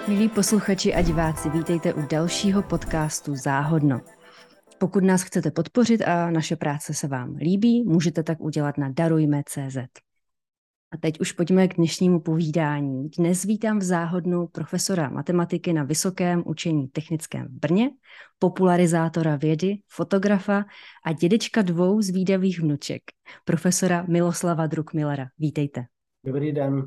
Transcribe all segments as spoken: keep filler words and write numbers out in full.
Milí posluchači a diváci, vítejte u dalšího podcastu Záhodno. Pokud nás chcete podpořit a naše práce se vám líbí, můžete tak udělat na darujme tečka cé zet. A teď už pojďme k dnešnímu povídání. Dnes vítám v Záhodnu profesora matematiky na Vysokém učení technickém v Brně, popularizátora vědy, fotografa a dědečka dvou zvídavých vnuček, profesora Miloslava Druckmillera. Vítejte. Dobrý den.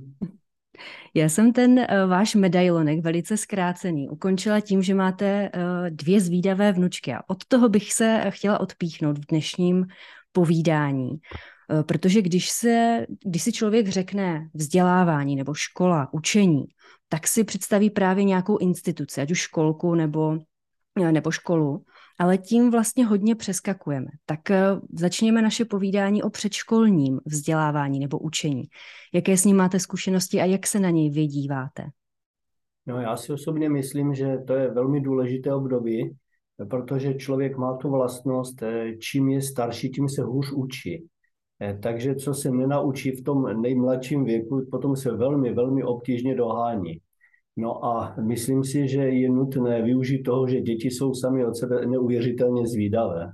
Já jsem ten uh, váš medailonek, velice zkrácený, ukončila tím, že máte uh, dvě zvídavé vnučky. A od toho bych se chtěla odpíchnout v dnešním povídání. Uh, protože když, se, když si člověk řekne vzdělávání nebo škola, učení, tak si představí právě nějakou instituci, ať už školku nebo, nebo školu. Ale tím vlastně hodně přeskakujeme. Tak začněme naše povídání o předškolním vzdělávání nebo učení. Jaké s ním máte zkušenosti a jak se na něj vy díváte? No, já si osobně myslím, že to je velmi důležité období, protože člověk má tu vlastnost, čím je starší, tím se hůř učí. Takže co se nenaučí v tom nejmladším věku, potom se velmi, velmi obtížně dohání. No a myslím si, že je nutné využít toho, že děti jsou sami od sebe neuvěřitelně zvídavé.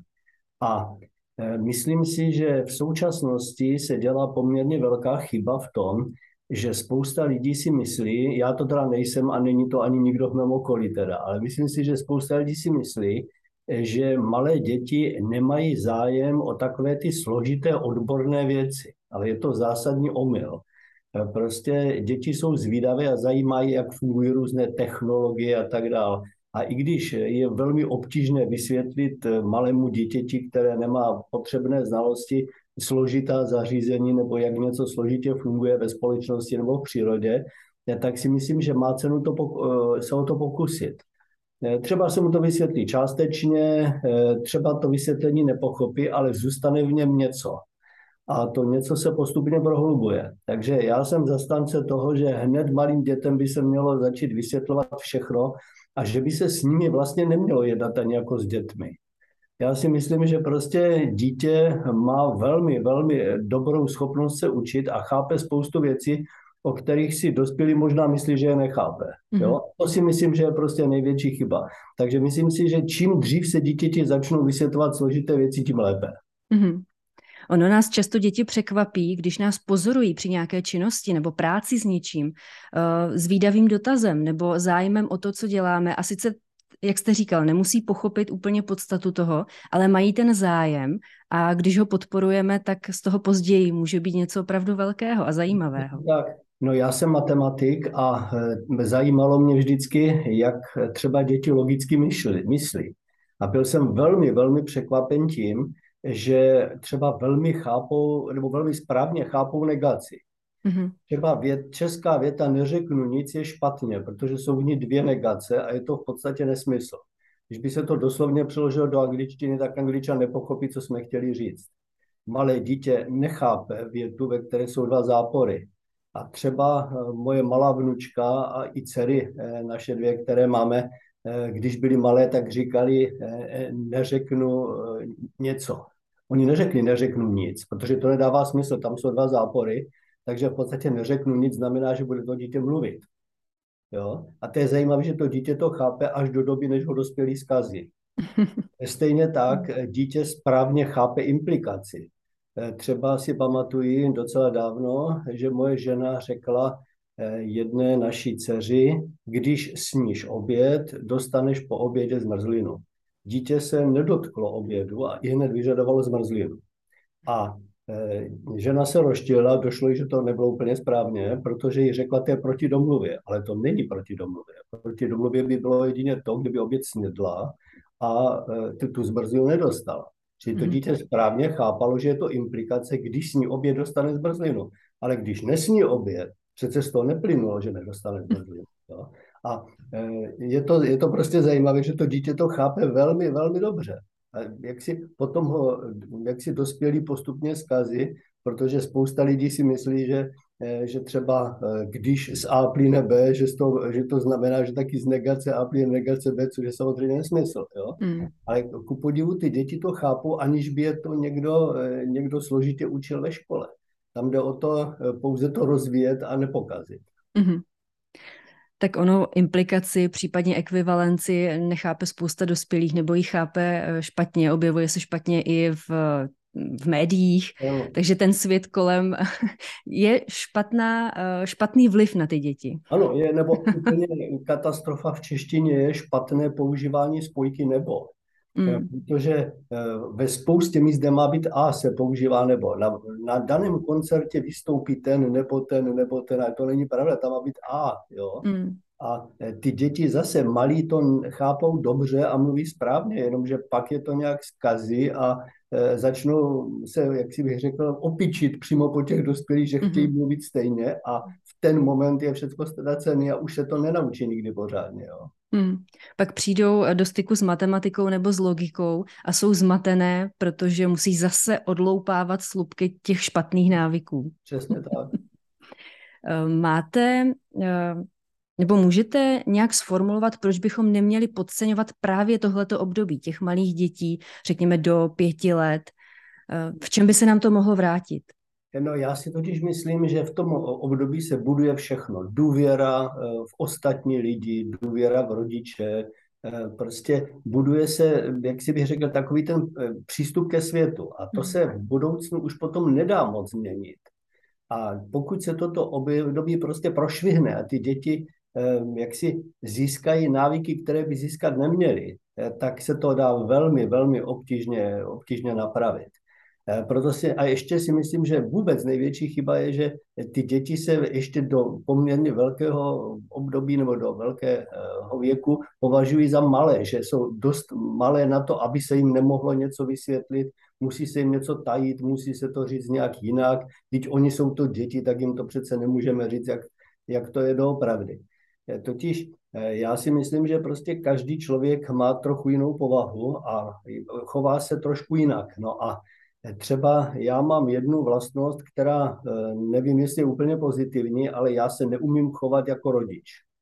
A myslím si, že v současnosti se dělá poměrně velká chyba v tom, že spousta lidí si myslí, já to teda nejsem a není to ani nikdo v mém okolí teda, ale myslím si, že spousta lidí si myslí, že malé děti nemají zájem o takové ty složité odborné věci. Ale je to zásadní omyl. Prostě děti jsou zvídavé a zajímají, jak fungují různé technologie a tak dále. A i když je velmi obtížné vysvětlit malému dítěti, které nemá potřebné znalosti, složitá zařízení nebo jak něco složitě funguje ve společnosti nebo v přírodě, tak si myslím, že má cenu to, se o to pokusit. Třeba se mu to vysvětlí částečně, třeba to vysvětlení nepochopí, ale zůstane v něm něco. A to něco se postupně prohlubuje. Takže já jsem zastánce toho, že hned malým dětem by se mělo začít vysvětlovat všechno a že by se s nimi vlastně nemělo jednat ani jako s dětmi. Já si myslím, že prostě dítě má velmi, velmi dobrou schopnost se učit a chápe spoustu věcí, o kterých si dospělí možná myslí, že je nechápe. Mm-hmm. Jo? To si myslím, že je prostě největší chyba. Takže myslím si, že čím dřív se dítěti začnou vysvětlovat složité věci, tím lépe. Mm-hmm. Ono nás často děti překvapí, když nás pozorují při nějaké činnosti nebo práci s něčím, zvídavým dotazem nebo zájmem o to, co děláme. A sice, jak jste říkal, nemusí pochopit úplně podstatu toho, ale mají ten zájem a když ho podporujeme, tak z toho později může být něco opravdu velkého a zajímavého. Tak, no já jsem matematik a zajímalo mě vždycky, jak třeba děti logicky myslí. A byl jsem velmi, velmi překvapen tím, že třeba velmi chápou, nebo velmi správně chápou negaci. Mm-hmm. Třeba vět, česká věta neřeknu nic je špatně, protože jsou v ní dvě negace a je to v podstatě nesmysl. Když by se to doslovně přeložilo do angličtiny, tak Angličan nepochopí, co jsme chtěli říct. Malé dítě nechápe větu, ve které jsou dva zápory. A třeba moje malá vnučka a i dcery, naše dvě, které máme, když byli malé, tak říkali, neřeknu něco. Oni neřekli, neřeknu nic, protože to nedává smysl, tam jsou dva zápory, takže v podstatě neřeknu nic znamená, že bude to dítě mluvit. Jo? A to je zajímavé, že to dítě to chápe až do doby, než ho dospělí zkazí. Stejně tak dítě správně chápe implikaci. Třeba si pamatuji docela dávno, že moje žena řekla jedné naší dceři, když sníš oběd, dostaneš po obědě zmrzlinu. Dítě se nedotklo obědu a i hned vyžadovalo zmrzlinu. A e, žena se rozčilila, došlo jí, že to nebylo úplně správně, protože jí řekla, to je proti domluvě. Ale to není proti domluvě. Proti domluvě by bylo jedině to, kdyby oběd snědla a e, tu zmrzlinu nedostala. Čili to dítě správně chápalo, že je to implikace, když sní oběd, dostane zmrzlinu. Ale když nesní oběd, přece z toho neplynulo, že nedostane zmrzlinu. Jo? A je to, je to prostě zajímavé, že to dítě to chápe velmi, velmi dobře. A jak si potom ho, jak si dospělí postupně zkazí, protože spousta lidí si myslí, že, že třeba když z A plyne B, že to, že to znamená, že taky z negace A plyne negace B, což je samozřejmě nesmysl. Jo? Mm. Ale ku podivu ty děti to chápou, aniž by je to někdo, někdo složitě učil ve škole. Tam jde o to pouze to rozvíjet a nepokazit. Mm-hmm. Tak ono implikaci, případně ekvivalenci nechápe spousta dospělých nebo ji chápe špatně, objevuje se špatně i v, v médiích, Ano, takže ten svět kolem je špatná, špatný vliv na ty děti. ano, je, nebo úplně katastrofa v češtině je špatné používání spojky nebo. Eh, Mm, Protože eh, ve spoustě míst, kde má být a, se používá nebo. Na, na daném koncertě vystoupí ten, nebo ten, nebo ten, a to není pravda, tam má být a, jo. mm, A eh, ty děti zase malí to chápou dobře a mluví správně, jenomže pak je to nějak zkazí a e, začnou se, jak si bych řekl, opičit přímo po těch dospělých, že chtějí mm, mluvit stejně a v ten moment je všechno ztracené a už se to nenaučí nikdy pořádně. Jo. mm. Pak přijdou do styku s matematikou nebo s logikou a jsou zmatené, protože musí zase odloupávat slupky těch špatných návyků. Přesně tak. Máte nebo můžete nějak sformulovat, proč bychom neměli podceňovat právě tohleto období těch malých dětí, řekněme do pěti let? V čem by se nám to mohlo vrátit? No, já si totiž myslím, že v tom období se buduje všechno. Důvěra v ostatní lidi, důvěra v rodiče, prostě buduje se, jak si bych řekl, takový ten přístup ke světu. A to se v budoucnu už potom nedá moc změnit. A pokud se toto období prostě prošvihne a ty děti jak si získají návyky, které by získat neměly, tak se to dá velmi, velmi obtížně, obtížně napravit. Proto si, a ještě si myslím, že vůbec největší chyba je, že ty děti se ještě do poměrně velkého období nebo do velkého věku považují za malé, že jsou dost malé na to, aby se jim nemohlo něco vysvětlit, musí se jim něco tajit, musí se to říct nějak jinak. Když oni jsou to děti, tak jim to přece nemůžeme říct, jak, jak to je doopravdy. Totiž já si myslím, že prostě každý člověk má trochu jinou povahu a chová se trošku jinak. No a třeba já mám jednu vlastnost, která nevím, jestli je úplně pozitivní, ale já se neumím chovat jako rodič.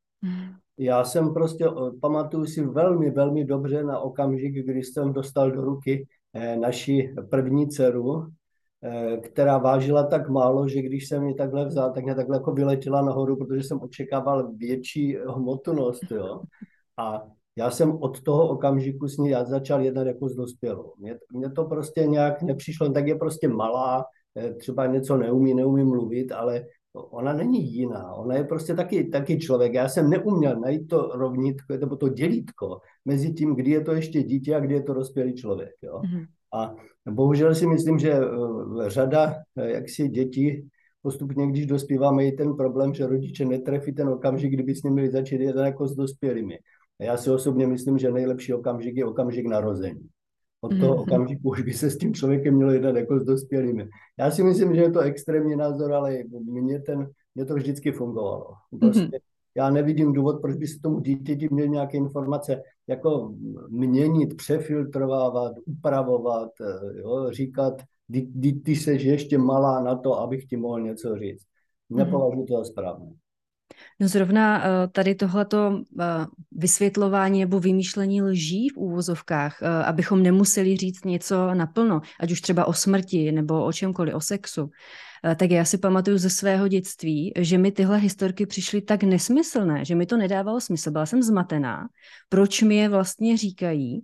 Já jsem prostě, pamatuju si velmi, velmi dobře na okamžik, kdy jsem dostal do ruky naši první dceru, která vážila tak málo, že když jsem ji takhle vzal, tak mě takhle jako vyletěla nahoru, protože jsem očekával větší hmotnost, jo. A já jsem od toho okamžiku s ní já začal jednat jako s dospělou. Mně, mně to prostě nějak nepřišlo, tak je prostě malá, třeba něco neumí, neumí mluvit, ale ona není jiná, ona je prostě taky, taky člověk. Já jsem neuměl najít to rovnítko, nebo to dělítko mezi tím, kdy je to ještě dítě a kdy je to dospělý člověk, jo. Mm-hmm. A bohužel si myslím, že řada jaksi dětí postupně, když dospívá, mají ten problém, že rodiče netrefí ten okamžik, kdyby s nimi měli začít jednat jako s dospělými. A já si osobně myslím, že nejlepší okamžik je okamžik narození. Od toho okamžiku už by se s tím člověkem mělo jednat jako s dospělými. Já si myslím, že je to extrémní názor, ale mně, ten, mně to vždycky fungovalo. Prostě já nevidím důvod, proč by se tomu dítěti měl nějaké informace jako měnit, přefiltrovávat, upravovat, jo, říkat, ty, ty seš ještě malá na to, abych ti mohl něco říct. Nepovažuji to za správné. No zrovna tady tohleto vysvětlování nebo vymýšlení lží v úvozovkách, abychom nemuseli říct něco naplno, ať už třeba o smrti nebo o čemkoliv, o sexu, tak já si pamatuju ze svého dětství, že mi tyhle historky přišly tak nesmyslné, že mi to nedávalo smysl. Byla jsem zmatená, proč mi je vlastně říkají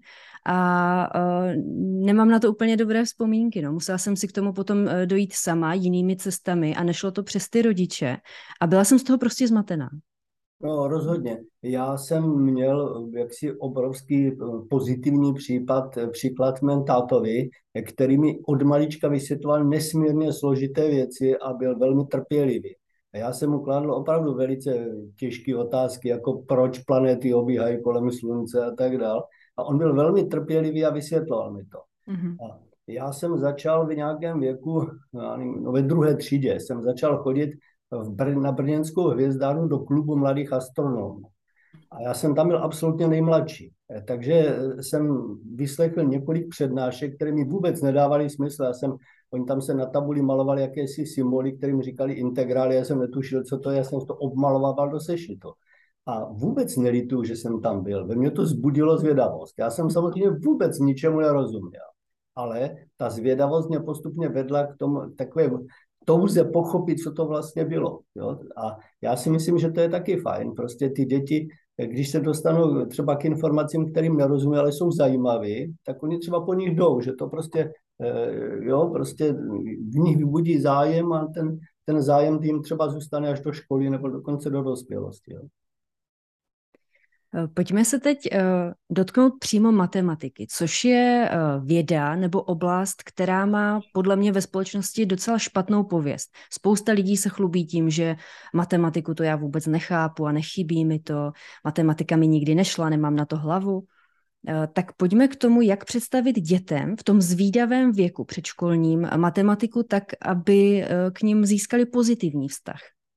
a uh, nemám na to úplně dobré vzpomínky. No. Musela jsem si k tomu potom dojít sama jinými cestami a nešlo to přes ty rodiče a byla jsem z toho prostě zmatená. No rozhodně. Já jsem měl jaksi obrovský pozitivní případ, příklad mém tátovi, který mi od malička vysvětloval nesmírně složité věci a byl velmi trpělivý. A já jsem mu kladl opravdu velice těžké otázky, jako proč planety obíhají kolem slunce a tak dále. A on byl velmi trpělivý a vysvětloval mi to. Mm-hmm. A já jsem začal v nějakém věku, no ve druhé třídě, jsem začal chodit v Br- na brněnskou hvězdárnu do klubu mladých astronomů. A já jsem tam byl absolutně nejmladší. Takže jsem vyslechl několik přednášek, které mi vůbec nedávaly smysl. Já jsem, oni tam se na tabuli malovali jakési symboly, kterým říkali integrály. Já jsem netušil, co to je, já jsem to obmalovával do sešitu. A vůbec nelituju, že jsem tam byl. Ve mně to zbudilo zvědavost. Já jsem samozřejmě vůbec ničemu nerozuměl. Ale ta zvědavost mě postupně vedla k tomu takové touze pochopit, co to vlastně bylo. Jo? A já si myslím, že to je taky fajn. Prostě ty děti, když se dostanou třeba k informacím, kterým nerozumí, ale jsou zajímavé, tak oni třeba po nich jdou, že to prostě, jo, prostě v nich vybudí zájem a ten, ten zájem jim třeba zůstane až do školy nebo dokonce do dospělosti. Jo? Pojďme se teď dotknout přímo matematiky, což je věda nebo oblast, která má podle mě ve společnosti docela špatnou pověst. Spousta lidí se chlubí tím, že matematiku to já vůbec nechápu a nechybí mi to, matematika mi nikdy nešla, nemám na to hlavu. Tak pojďme k tomu, jak představit dětem v tom zvídavém věku předškolním matematiku tak, aby k nim získali pozitivní vztah.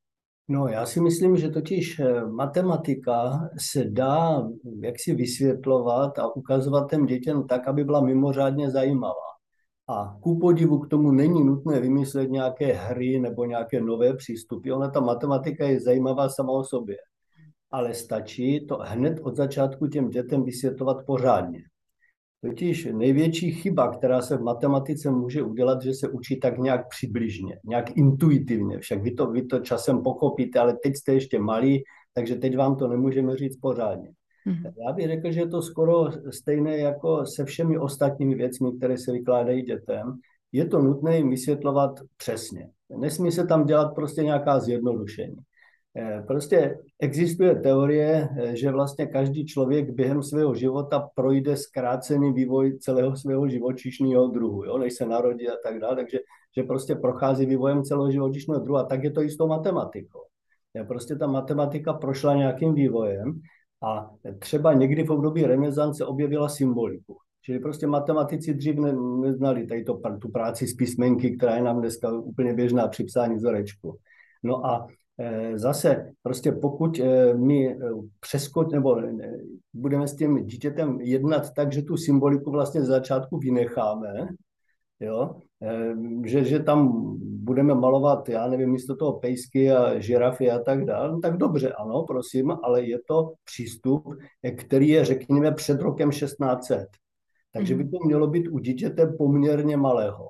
No, já si myslím, že totiž matematika se dá jaksi vysvětlovat a ukazovat těm dětem tak, aby byla mimořádně zajímavá. A ku podivu k tomu není nutné vymyslet nějaké hry nebo nějaké nové přístupy. Ona ta matematika je zajímavá sama o sobě. Ale stačí to hned od začátku těm dětem vysvětlovat pořádně. Totiž největší chyba, která se v matematice může udělat, že se učí tak nějak přibližně, nějak intuitivně. Však vy to, vy to časem pochopíte, ale teď jste ještě malí, takže teď vám to nemůžeme říct pořádně. Mm-hmm. Já bych řekl, že je to skoro stejné jako se všemi ostatními věcmi, které se vykládají dětem. Je to nutné jim vysvětlovat přesně. Nesmí se tam dělat prostě nějaká zjednodušení. Prostě existuje teorie, že vlastně každý člověk během svého života projde zkrácený vývoj celého svého živočišného druhu, jo, než se narodí a tak dále, takže že prostě prochází vývojem celého živočišného druhu a tak je to i s tou matematikou. Prostě ta matematika prošla nějakým vývojem a třeba někdy v období renesance objevila symboliku. Čili prostě matematici dřív ne, neznali tady to, tu práci s písmenky, která je nám dneska úplně běžná při psání vzorečku. No a zase prostě pokud my přeskot nebo budeme s tím dítětem jednat tak, že tu symboliku vlastně z začátku vynecháme, jo, že, že tam budeme malovat, já nevím, místo toho pejsky a žirafy a tak dále, tak dobře, ano, prosím, ale je to přístup, který je, řekněme, před rokem šestnáct set. Takže by to mělo být u dítěte poměrně malého.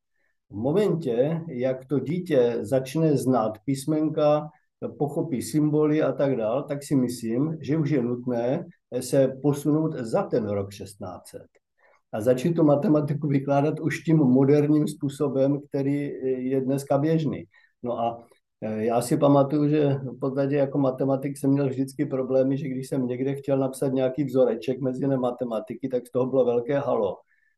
V momentě, jak to dítě začne znát písmenka, pochopí symboly a tak dále, tak si myslím, že už je nutné se posunout za ten rok šestnáct set. A začít tu matematiku vykládat už tím moderním způsobem, který je dneska běžný. No a já si pamatuju, že v podstatě jako matematik jsem měl vždycky problémy, že když jsem někde chtěl napsat nějaký vzoreček mezi jiné matematiky, tak z toho bylo velké halo.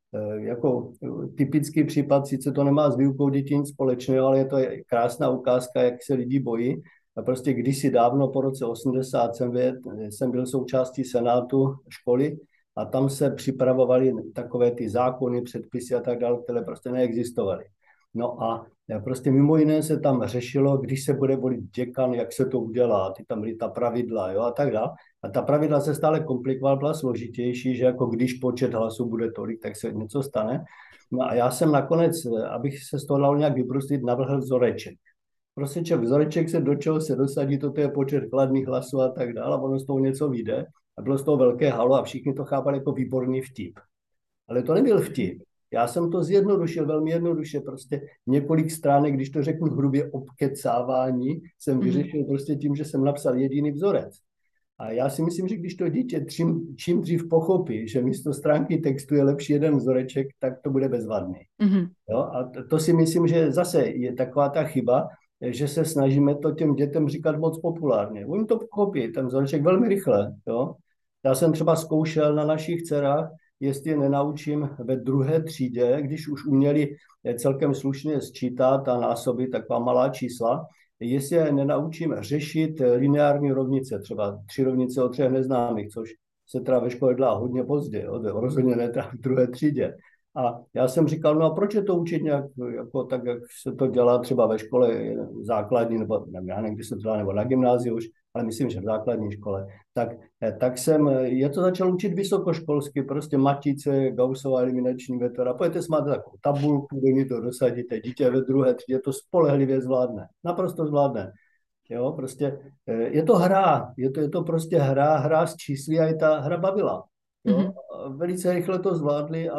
Jako typický případ, sice to nemá s výukou dětí nic společného, ale je to krásná ukázka, jak se lidi bojí. A prostě kdysi dávno po roce osmdesát jsem, jsem byl součástí senátu školy a tam se připravovaly takové ty zákony, předpisy a tak dále, které prostě neexistovaly. No a prostě mimo jiné se tam řešilo, když se bude volit děkan, jak se to udělá, ty tam byly ta pravidla, jo, a tak dále. A ta pravidla se stále komplikovala, byla složitější, že jako když počet hlasů bude tolik, tak se něco stane. No a já jsem nakonec, abych se z toho dal nějak vyprostit, navrhl vzoreček. Prostě vzoreček se do čeho se dosadí, toto je počet kladných hlasů a tak dále, a ono z toho něco vyjde. A bylo z toho velké halo a všichni to chápali jako výborný vtip. Ale to nebyl vtip. Já jsem to zjednodušil, velmi jednoduše, prostě několik stránek, když to řeknu hrubě, obkecávání, jsem vyřešil prostě tím, že jsem napsal jediný vzorec. A já si myslím, že když to dítě čím, čím dřív pochopí, že místo stránky textu je lepší jeden vzoreček, tak to bude bezvadný. Mm-hmm. Jo? A to, to si myslím, že zase je taková ta chyba, že se snažíme to těm dětem říkat moc populárně. Oni to pochopí, ten vzoreček velmi rychle. Jo? Já jsem třeba zkoušel na našich dcerách, jestli je nenaučím ve druhé třídě, když už uměli celkem slušně sčítat a násobit taková malá čísla, jestli je nenaučím řešit lineární rovnice, třeba tři rovnice o třech neznámých, což se teda ve škole dělá hodně pozdě, rozhodně ne v druhé třídě. A já jsem říkal, no a proč je to učit nějak, jako tak, jak se to dělá třeba ve škole základní, nebo já nevím, kdy se to dělá, nebo na gymnáziu už, ale myslím, že v základní škole, tak, tak jsem je to začal učit vysokoškolsky, prostě matice, Gaussova eliminační metoda. Pojďte si máte takovou tabulku, do ní to dosadíte, dítě ve druhé třídě to spolehlivě zvládne, naprosto zvládne. Jo, prostě je to hra, je to, je to prostě hra, hra s čísly a i ta hra bavila. Jo? Mm-hmm. Velice rychle to zvládli a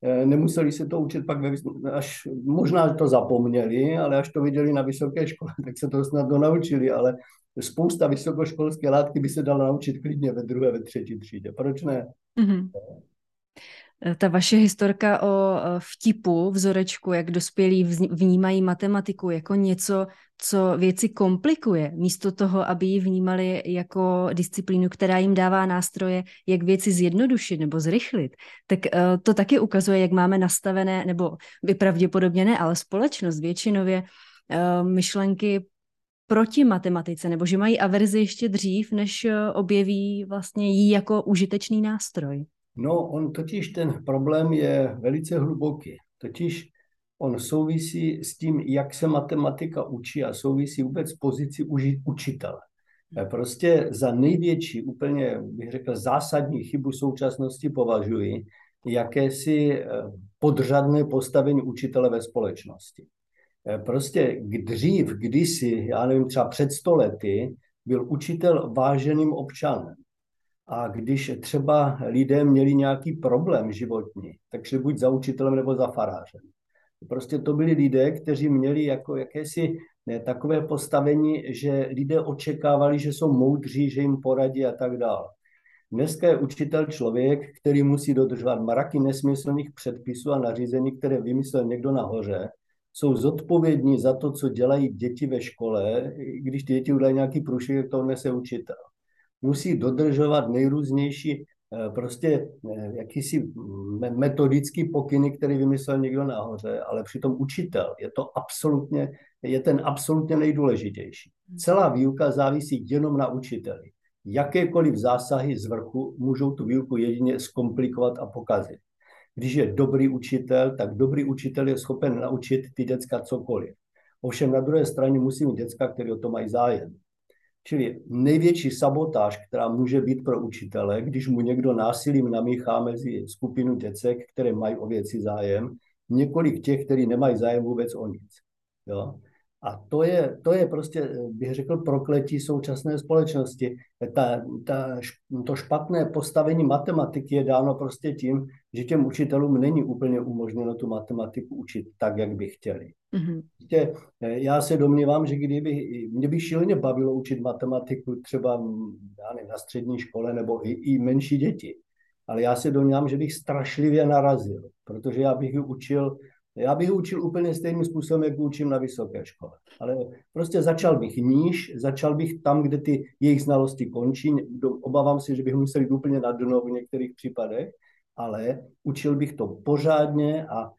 nemuseli se to učit pak, ve, až možná to zapomněli, ale až to viděli na vysoké škole, tak se to snadno naučili, ale spousta vysokoškolské látky by se dala naučit klidně ve druhé, ve třetí třídě. Proč ne? Mm-hmm. Ta vaše historka o vtipu, vzorečku, jak dospělí vnímají matematiku jako něco, co věci komplikuje, místo toho, aby ji vnímali jako disciplínu, která jim dává nástroje, jak věci zjednodušit nebo zrychlit, tak to taky ukazuje, jak máme nastavené, nebo vy pravděpodobně ne, ale společnost většinově myšlenky proti matematice, nebo že mají averzi ještě dřív, než objeví vlastně ji jako užitečný nástroj. No, on totiž ten problém je velice hluboký. Totiž on souvisí s tím, jak se matematika učí a souvisí vůbec s pozicí učitele. Prostě za největší, úplně bych řekl zásadní chybu současnosti považuji jakési podřadné postavení učitele ve společnosti. Prostě dřív, kdysi, já nevím, třeba před sto lety, byl učitel váženým občanem. A když třeba lidé měli nějaký problém životní, tak šli buď za učitelem nebo za farářem. Prostě to byli lidé, kteří měli jako jakési ne, takové postavení, že lidé očekávali, že jsou moudří, že jim poradí a tak dále. Dneska je učitel člověk, který musí dodržovat mraky nesmyslných předpisů a nařízení, které vymyslel někdo nahoře. Jsou zodpovědní za to, co dělají děti ve škole. Když ty děti udělají nějaký průšvih, to nese učitel. Musí dodržovat nejrůznější prostě jakýsi metodický pokyny, který vymyslel někdo nahoře, ale přitom učitel je to absolutně, je ten absolutně nejdůležitější. Celá výuka závisí jenom na učiteli. Jakékoliv zásahy z vrchu můžou tu výuku jedině zkomplikovat a pokazit. Když je dobrý učitel, tak dobrý učitel je schopen naučit ty děcka cokoliv. Ovšem na druhé straně musí mít děcka, který o to mají zájem. Čili největší sabotáž, která může být pro učitele, když mu někdo násilím namíchá mezi skupinu děcek, které mají o věci zájem, několik těch, kteří nemají zájem vůbec o nic. Jo? A to je, to je prostě, bych řekl, prokletí současné společnosti. Ta, ta, to špatné postavení matematiky je dáno prostě tím, že těm učitelům není úplně umožněno tu matematiku učit tak, jak by chtěli. Mm-hmm. Já se domnívám, že kdyby, mě by šíleně bavilo učit matematiku třeba já nevím, na střední škole nebo i, i menší děti. Ale já se domnívám, že bych strašlivě narazil, protože já bych ji učil Já bych učil úplně stejným způsobem, jak učím na vysoké škole. Ale prostě začal bych níž, začal bych tam, kde ty jejich znalosti končí. Obávám se, že bych musel jít úplně na dno v některých případech, ale učil bych to pořádně a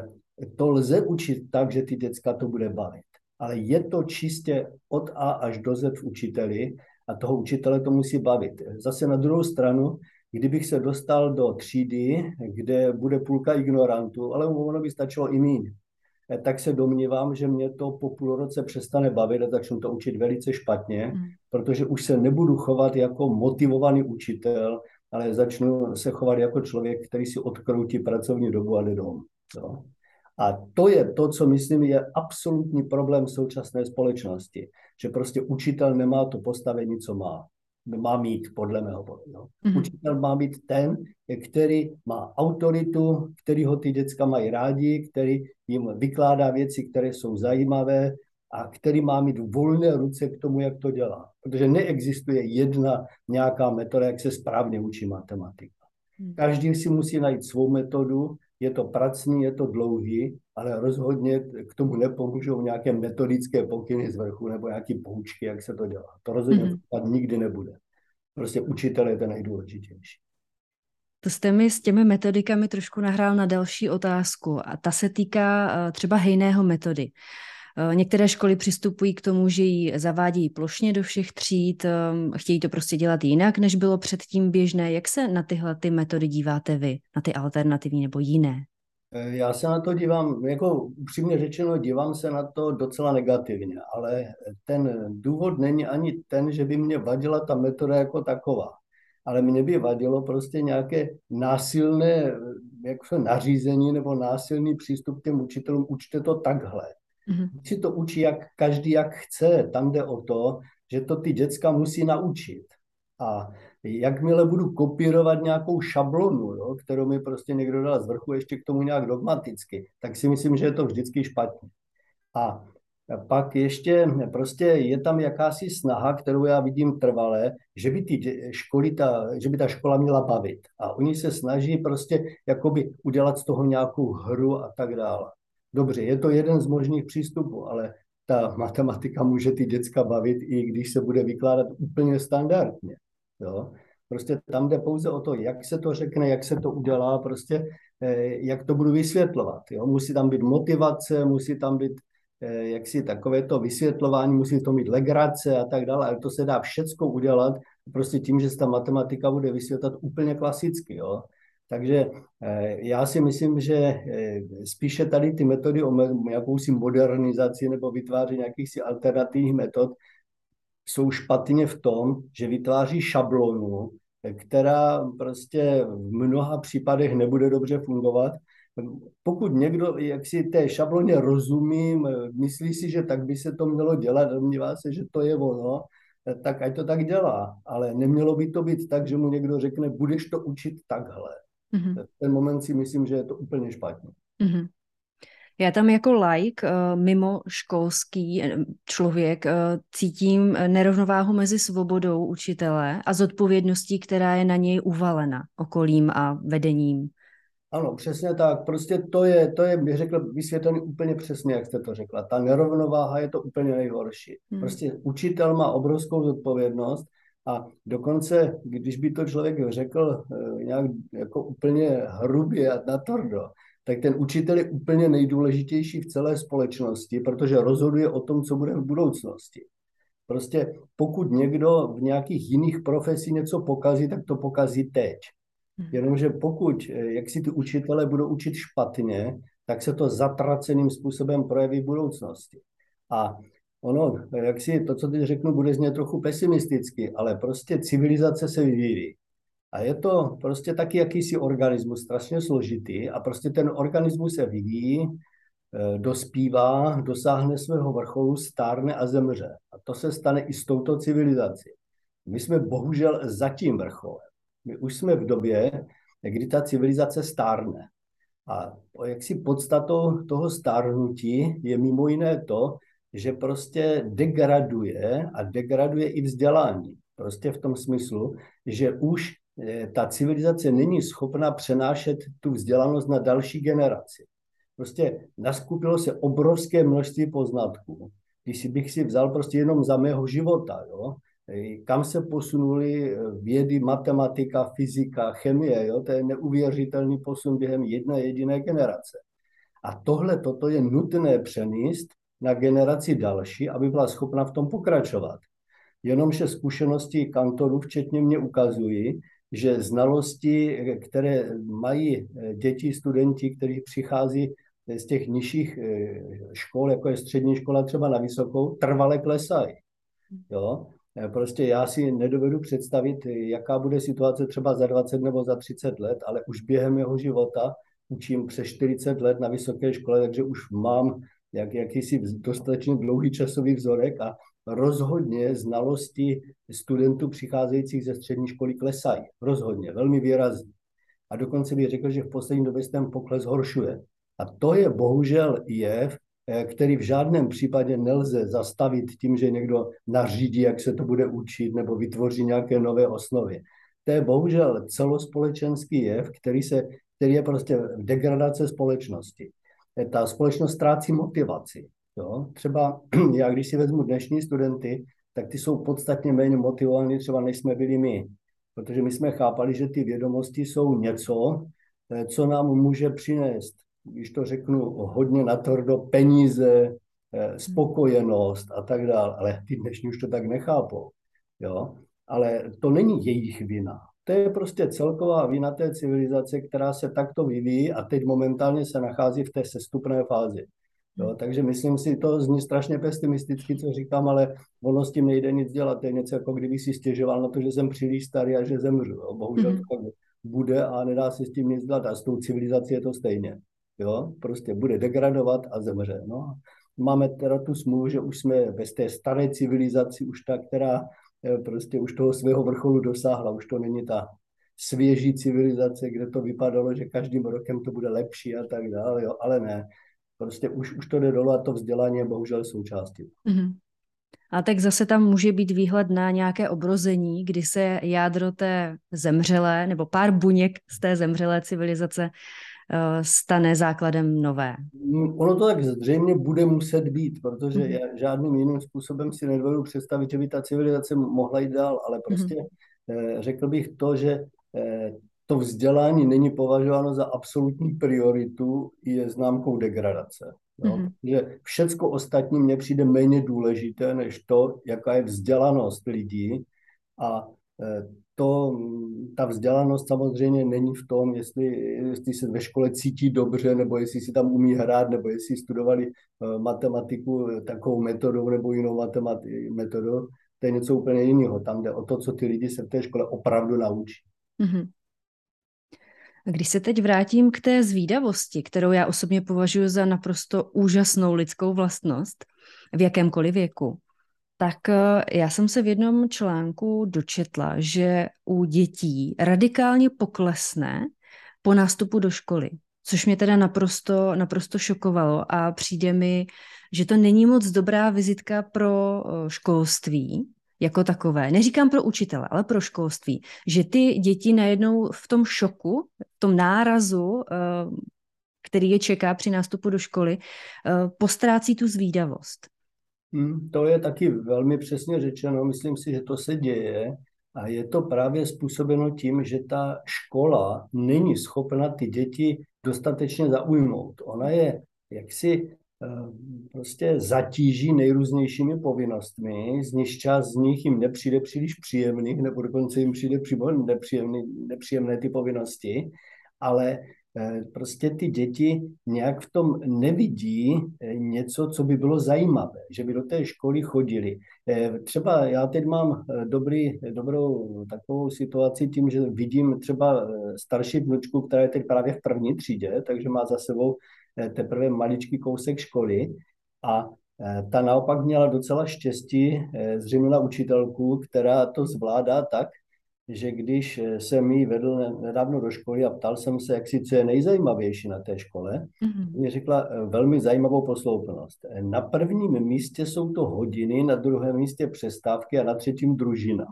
to lze učit tak, že ty děcka to bude bavit. Ale je to čistě od A až do Z v učiteli a toho učitele to musí bavit. Zase na druhou stranu, kdybych se dostal do třídy, kde bude půlka ignorantů, ale ono by stačilo i míň, tak se domnívám, že mě to po půl roce přestane bavit a začnu to učit velice špatně, mm. protože už se nebudu chovat jako motivovaný učitel, ale začnu se chovat jako člověk, který si odkroutí pracovní dobu a jde domů. Jo? A to je to, co myslím, je absolutní problém současné společnosti, že prostě učitel nemá to postavení, co má. Má mít, podle mého pohledu. Mm-hmm. Učitel má být ten, který má autoritu, který ho ty děcka mají rádi, který jim vykládá věci, které jsou zajímavé a který má mít volné ruce k tomu, jak to dělá. Protože neexistuje jedna nějaká metoda, jak se správně učí matematika. Každý si musí najít svou metodu, je to pracný, je to dlouhý, ale rozhodně k tomu nepomůžou nějaké metodické pokyny z vrchu nebo nějaké poučky, jak se to dělá. To rozhodně mm-hmm. nikdy nebude. Prostě učitel je ten nejdůležitější. To jste mi s těmi metodikami trošku nahrál na další otázku a ta se týká třeba Hejného metody. Některé školy přistupují k tomu, že ji zavádějí plošně do všech tříd, chtějí to prostě dělat jinak, než bylo předtím běžné. Jak se na tyhle ty metody díváte vy, na ty alternativní nebo jiné? Já se na to dívám, jako upřímně řečeno, dívám se na to docela negativně, ale ten důvod není ani ten, že by mě vadila ta metoda jako taková, ale mě by vadilo prostě nějaké násilné jak se nařízení nebo násilný přístup k těm učitelům, učte to takhle. Mm-hmm. Si to učí jak každý jak chce, tam jde o to, že to ty děcka musí naučit. A Jakmile budu kopírovat nějakou šablonu, jo, kterou mi prostě někdo dal z vrchu, ještě k tomu nějak dogmaticky, tak si myslím, že je to vždycky špatně. A pak ještě prostě je tam jakási snaha, kterou já vidím trvale, že by ty školy, ta, že by ta škola měla bavit. A oni se snaží prostě jakoby udělat z toho nějakou hru a tak dále. Dobře, je to jeden z možných přístupů, ale ta matematika může ty děcka bavit, i když se bude vykládat úplně standardně. Jo? Prostě tam jde pouze o to, jak se to řekne, jak se to udělá, prostě jak to budu vysvětlovat. Jo? Musí tam být motivace, musí tam být jaksi takovéto vysvětlování, musí to mít legrace a tak dále, ale to se dá všecko udělat prostě tím, že se ta matematika bude vysvětlat úplně klasicky. Jo? Takže já si myslím, že spíše tady ty metody o jakousi modernizaci nebo vytváření nějakých si alternativních metod jsou špatně v tom, že vytváří šablonu, která prostě v mnoha případech nebude dobře fungovat. Pokud někdo jak si té šabloně rozumí, myslí si, že tak by se to mělo dělat, domnívá se, že to je ono, tak ať to tak dělá. Ale nemělo by to být tak, že mu někdo řekne, budeš to učit takhle. Mm-hmm. V ten moment si myslím, že je to úplně špatně. Mm-hmm. Já tam jako laik, mimo školský člověk, cítím nerovnováhu mezi svobodou učitele a zodpovědností, která je na něj uvalena okolím a vedením. Ano, přesně tak. Prostě to je, to je, bych řekl, vysvětlený úplně přesně, jak jste to řekla. Ta nerovnováha je to úplně nejhorší. Hmm. Prostě učitel má obrovskou zodpovědnost a dokonce, když by to člověk řekl nějak jako úplně hrubě a natvrdo, tak ten učitel je úplně nejdůležitější v celé společnosti, protože rozhoduje o tom, co bude v budoucnosti. Prostě pokud někdo v nějakých jiných profesích něco pokazí, tak to pokazí teď. Jenomže pokud, jak si ty učitelé budou učit špatně, tak se to zatraceným způsobem projeví v budoucnosti. A ono, jak si to, co teď řeknu, bude zně trochu pesimisticky, ale prostě civilizace se vyvíjí. A je to prostě taky jakýsi organismus, strašně složitý a prostě ten organismus se vyvíjí, dospívá, dosáhne svého vrcholu, stárne a zemře. A to se stane i s touto civilizací. My jsme bohužel za tím vrcholem. My už jsme v době, kdy ta civilizace stárne. A jaksi podstatou toho stárnutí je mimo jiné to, že prostě degraduje a degraduje i vzdělání. Prostě v tom smyslu, že už ta civilizace není schopna přenášet tu vzdělanost na další generaci. Prostě naskupilo se obrovské množství poznatků. Když si bych si vzal prostě jenom za mého života, jo, kam se posunuli vědy, matematika, fyzika, chemie, jo, to je neuvěřitelný posun během jedné jediné generace. A tohle, toto je nutné přenést na generaci další, aby byla schopna v tom pokračovat. Jenomže zkušenosti kantorů, včetně mě, ukazují, že znalosti, které mají děti, studenti, kteří přichází z těch nižších škol, jako je střední škola třeba na vysokou, trvale klesají. Jo? Prostě já si nedovedu představit, jaká bude situace třeba za dvacet nebo za třicet let, ale už během jeho života učím přes čtyřicet let na vysoké škole, takže už mám jak, jakýsi dostatečně dlouhý časový vzorek a rozhodně znalosti studentů přicházejících ze střední školy klesají. Rozhodně, velmi výrazně. A dokonce bych řekl, že v poslední době se ten pokles zhoršuje. A to je bohužel jev, který v žádném případě nelze zastavit tím, že někdo nařídí, jak se to bude učit, nebo vytvoří nějaké nové osnovy. To je bohužel celospolečenský jev, který, se, který je prostě v degradace společnosti. Ta společnost ztrácí motivaci. Jo? Třeba já, když si vezmu dnešní studenty, tak ty jsou podstatně méně motivovaní třeba, než jsme byli my. Protože my jsme chápali, že ty vědomosti jsou něco, co nám může přinést, když to řeknu hodně natvrdo, peníze, spokojenost a tak dále. Ale ty dnešní už to tak nechápou. Jo? Ale to není jejich vina. To je prostě celková vina té civilizace, která se takto vyvíjí a teď momentálně se nachází v té sestupné fázi. Jo? Takže myslím si, to zní strašně pesimisticky, co říkám, ale ono s tím nejde nic dělat. To je něco, jako kdyby si stěžoval na to, že jsem příliš starý a že zemřu. Jo? Bohužel to tak bude a nedá se s tím nic dělat. A s tou civilizací je to stejně. Jo? Prostě bude degradovat a zemře. No? Máme teda tu smůlu, že už jsme ve té staré civilizaci, už ta, která prostě už toho svého vrcholu dosáhla. Už to není ta svěží civilizace, kde to vypadalo, že každým rokem to bude lepší a tak dále, jo, ale ne. Prostě už, už to jde dolů a to vzdělání je bohužel součástí. Mm-hmm. A tak zase tam může být výhled na nějaké obrození, kdy se jádro té zemřelé nebo pár buněk z té zemřelé civilizace uh, stane základem nové. Ono to tak zřejmě bude muset být, protože Mm-hmm. já žádným jiným způsobem si nedovedu představit, že by ta civilizace mohla jít dál, ale prostě mm-hmm. řekl bych to, že to vzdělání není považováno za absolutní prioritu, je známkou degradace. Jo? Mm-hmm. Že všecko ostatní mně přijde méně důležité, než to, jaká je vzdělanost lidí a to, ta vzdělanost samozřejmě není v tom, jestli, jestli se ve škole cítí dobře, nebo jestli si tam umí hrát, nebo jestli studovali matematiku takovou metodou nebo jinou metodou. To je něco úplně jiného. Tam jde o to, co ty lidi se v té škole opravdu naučí. Mm-hmm. A když se teď vrátím k té zvídavosti, kterou já osobně považuji za naprosto úžasnou lidskou vlastnost v jakémkoliv věku, tak já jsem se v jednom článku dočetla, že u dětí radikálně poklesne po nástupu do školy, což mě teda naprosto, naprosto šokovalo a přijde mi, že to není moc dobrá vizitka pro školství jako takové. Neříkám pro učitele, ale pro školství, že ty děti najednou v tom šoku, v tom nárazu, který je čeká při nástupu do školy, postrácí tu zvídavost. Hmm, to je taky velmi přesně řečeno. Myslím si, že to se děje a je to právě způsobeno tím, že ta škola není schopna ty děti dostatečně zaujmout. Ona je jaksi prostě zatíží nejrůznějšími povinnostmi, z nich část z nich jim nepřijde příliš příjemných, nebo dokonce jim přijde nepříjemné, nepříjemné ty povinnosti, ale prostě ty děti nějak v tom nevidí něco, co by bylo zajímavé, že by do té školy chodili. Třeba já teď mám dobrý, dobrou takovou situaci tím, že vidím třeba starší vnučku, která je teď právě v první třídě, takže má za sebou teprve maličký kousek školy a ta naopak měla docela štěstí, zřejmě na učitelku, která to zvládá tak, že když jsem jí vedl nedávno do školy a ptal jsem se, jak si co je nejzajímavější na té škole, mm-hmm. mi řekla velmi zajímavou posloupnost. Na prvním místě jsou to hodiny, na druhém místě přestávky a na třetím družina.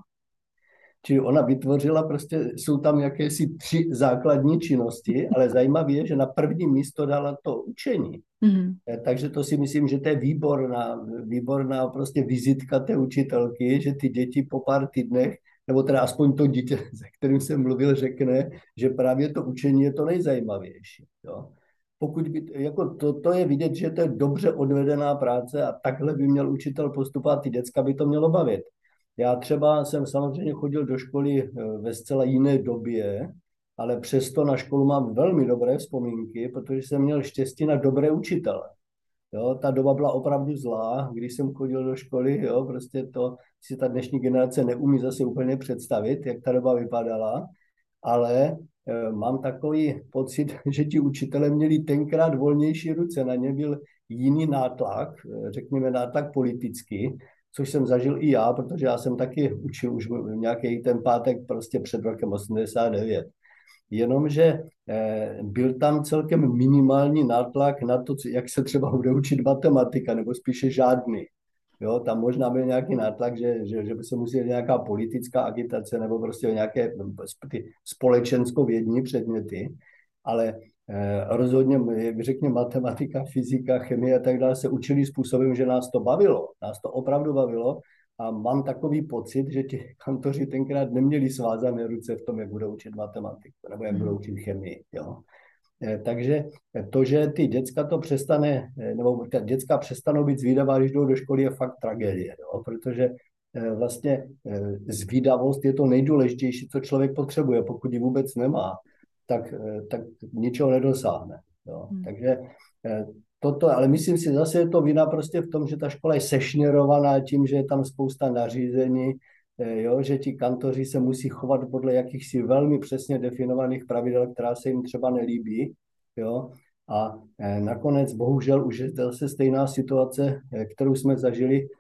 Čili ona vytvořila, prostě jsou tam jakési tři základní činnosti, ale zajímavé je, že na první místo dala to učení. Mm-hmm. Takže to si myslím, že to je výborná, výborná prostě vizitka té učitelky, že ty děti po pár týdnech, nebo teda aspoň to dítě, se kterým jsem mluvil, řekne, že právě to učení je to nejzajímavější. Jo? Pokud by, jako to, to je vidět, že to je dobře odvedená práce a takhle by měl učitel postupovat, ty děcka by to mělo bavit. Já třeba jsem samozřejmě chodil do školy ve zcela jiné době, ale přesto na školu mám velmi dobré vzpomínky, protože jsem měl štěstí na dobré učitele. Jo, ta doba byla opravdu zlá, když jsem chodil do školy, jo, prostě to si ta dnešní generace neumí zase úplně představit, jak ta doba vypadala, ale e, mám takový pocit, že ti učitelé měli tenkrát volnější ruce, na ně byl jiný nátlak, řekněme nátlak politický, což jsem zažil i já, protože já jsem taky učil už nějaký ten pátek prostě před rokem osmdesát devět. Jenomže eh, byl tam celkem minimální nátlak na to, jak se třeba bude učit matematika, nebo spíše žádný. Jo, tam možná byl nějaký nátlak, že, že, že by se musela nějaká politická agitace nebo prostě nějaké ty společensko-vědní předměty, ale eh, rozhodně, jak řekněme, matematika, fyzika, chemie a tak dále se učili způsobem, že nás to bavilo, nás to opravdu bavilo. A mám takový pocit, že ti kantoři tenkrát neměli svázané ruce v tom, jak budou učit matematiku nebo jak budou učit chemii. Jo. Takže to, že ty děcka to přestane, nebo ty děcka přestanou být zvídavá, když jdou do školy, je fakt tragédie, jo. Protože vlastně zvídavost je to nejdůležitější, co člověk potřebuje. Pokud ji vůbec nemá, tak, tak ničeho nedosáhne. Jo. Takže toto, ale myslím si, zase je to vina prostě v tom, že ta škola je sešněrovaná tím, že je tam spousta nařízení, jo, že ti kantoři se musí chovat podle jakýchsi velmi přesně definovaných pravidel, která se jim třeba nelíbí. Jo. A nakonec bohužel už je zase stejná situace, kterou jsme zažili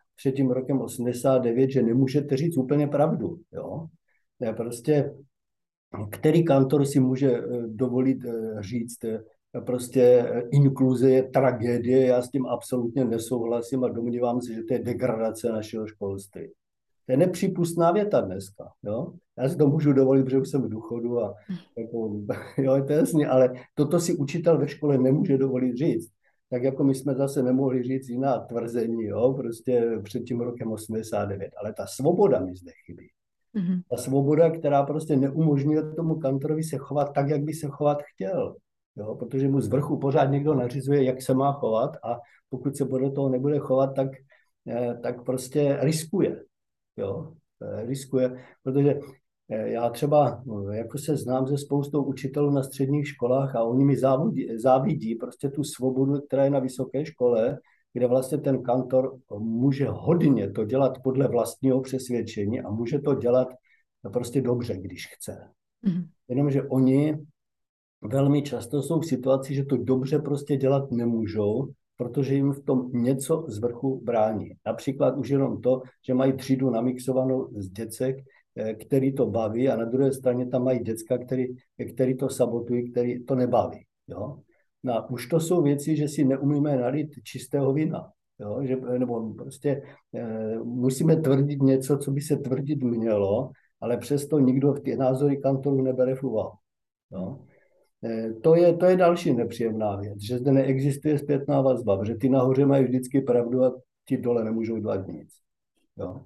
před tím rokem osmdesát devět, že nemůžete říct úplně pravdu. Jo? Ne, prostě který kantor si může dovolit říct, prostě inkluze je tragédie, já s tím absolutně nesouhlasím a domnívám se, že to je degradace našeho školství. To je nepřípustná věta dneska. Jo? Já si to můžu dovolit, protože už jsem v důchodu a jako, jo, to je jasný, ale toto si učitel ve škole nemůže dovolit říct. Tak jako my jsme zase nemohli říct jiná tvrzení, jo, prostě před tím rokem osmdesát devět. Ale ta svoboda mi zde chybí. Mm-hmm. Ta svoboda, která prostě neumožňuje tomu kantorovi se chovat tak, jak by se chovat chtěl. Jo, protože mu z vrchu pořád někdo nařizuje, jak se má chovat a pokud se podle toho nebude chovat, tak, tak prostě riskuje. Jo, riskuje, protože já třeba jako se znám se spoustou učitelů na středních školách a oni mi závidí, závidí prostě tu svobodu, která je na vysoké škole, kde vlastně ten kantor může hodně to dělat podle vlastního přesvědčení a může to dělat prostě dobře, když chce. Mm-hmm. Jenomže oni velmi často jsou v situaci, že to dobře prostě dělat nemůžou, protože jim v tom něco z vrchu brání. Například už jenom to, že mají třídu namixovanou z děcek, který to baví a na druhé straně tam mají děcka, který, který to sabotují, který to nebaví. Jo? No, už to jsou věci, že si neumíme nalít čistého vína. Jo? Že, nebo prostě e, musíme tvrdit něco, co by se tvrdit mělo, ale přesto nikdo v ty názory kantorů nebere v úvahu. Jo? E, to, je, to je další nepříjemná věc, že zde neexistuje zpětná vazba, protože ty nahoře mají vždycky pravdu a ti dole nemůžou dělat nic. Jo?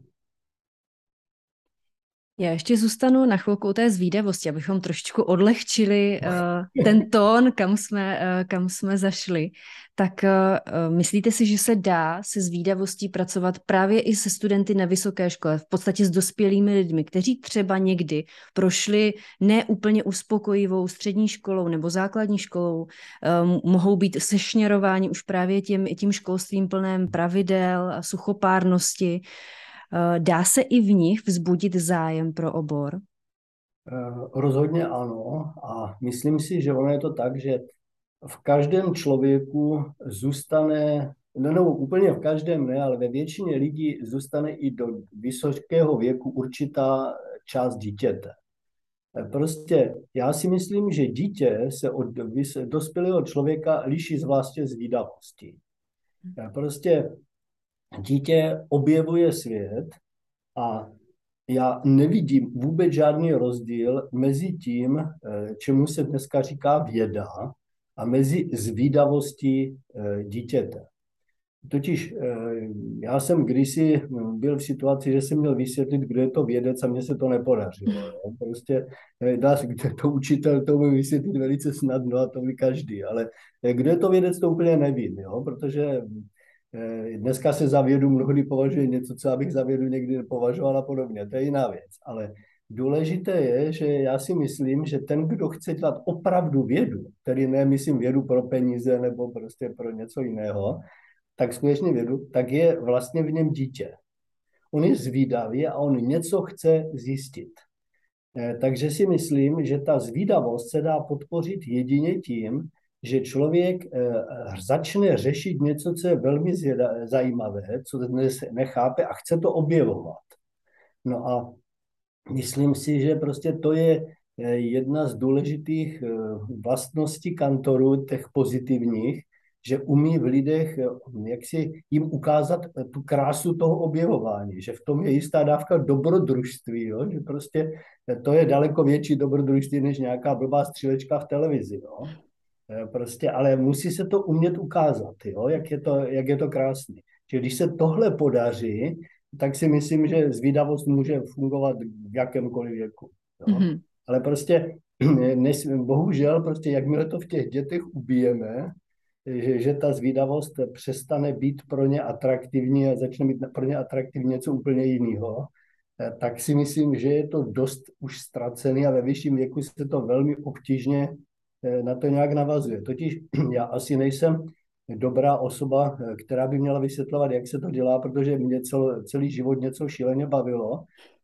Já ještě zůstanu na chvilku u té zvídavosti, abychom trošičku odlehčili uh, ten tón, kam jsme, uh, kam jsme zašli. Tak uh, myslíte si, že se dá se zvídavostí pracovat právě i se studenty na vysoké škole, v podstatě s dospělými lidmi, kteří třeba někdy prošli neúplně uspokojivou střední školou nebo základní školou, um, mohou být sešněrováni už právě tím, tím školstvím plném pravidel a suchopárnosti. Dá se i v nich vzbudit zájem pro obor? Rozhodně ano a myslím si, že ono je to tak, že v každém člověku zůstane, no, no úplně v každém ne, ale ve většině lidí zůstane i do vysokého věku určitá část dítěte. Prostě já si myslím, že dítě se od dospělého člověka liší zvláště zvídavostí. Prostě dítě objevuje svět a já nevidím vůbec žádný rozdíl mezi tím, čemu se dneska říká věda, a mezi zvídavostí dítěte. Totiž já jsem kdysi byl v situaci, že jsem měl vysvětlit, kdo je to vědec a mně se to nepodařilo. Prostě dá se, kdo je to učitel, to může vysvětlit velice snadno a to ví každý, ale kdo je to vědec, to úplně nevím, jo? Protože dneska se za vědu mnohdy považuje něco, co abych za vědu někdy nepovažoval a podobně. To je jiná věc. Ale důležité je, že já si myslím, že ten, kdo chce dělat opravdu vědu, tedy ne, myslím vědu pro peníze nebo prostě pro něco jiného, tak skutečně vědu, tak je vlastně v něm dítě. On je zvídavý a on něco chce zjistit. Takže si myslím, že ta zvídavost se dá podpořit jedině tím, že člověk začne řešit něco, co je velmi zajímavé, co dnes nechápe a chce to objevovat. No a myslím si, že prostě to je jedna z důležitých vlastností kantorů, těch pozitivních, že umí v lidech jak si jim ukázat tu krásu toho objevování, že v tom je jistá dávka dobrodružství, jo? Že prostě to je daleko větší dobrodružství než nějaká blbá střílečka v televizi. Jo? Prostě, ale musí se to umět ukázat, jo? Jak je to, jak je to krásný. Že když se tohle podaří, tak si myslím, že zvídavost může fungovat v jakémkoliv věku. Jo? Mm-hmm. Ale prostě nes, bohužel, prostě jakmile to v těch dětech ubijeme, že, že ta zvídavost přestane být pro ně atraktivní a začne být pro ně atraktivní něco úplně jiného, tak si myslím, že je to dost už ztracený a ve vyšším věku se to velmi obtížně na to nějak navazuje. Totiž já asi nejsem dobrá osoba, která by měla vysvětlovat, jak se to dělá, protože mě cel, celý život něco šíleně bavilo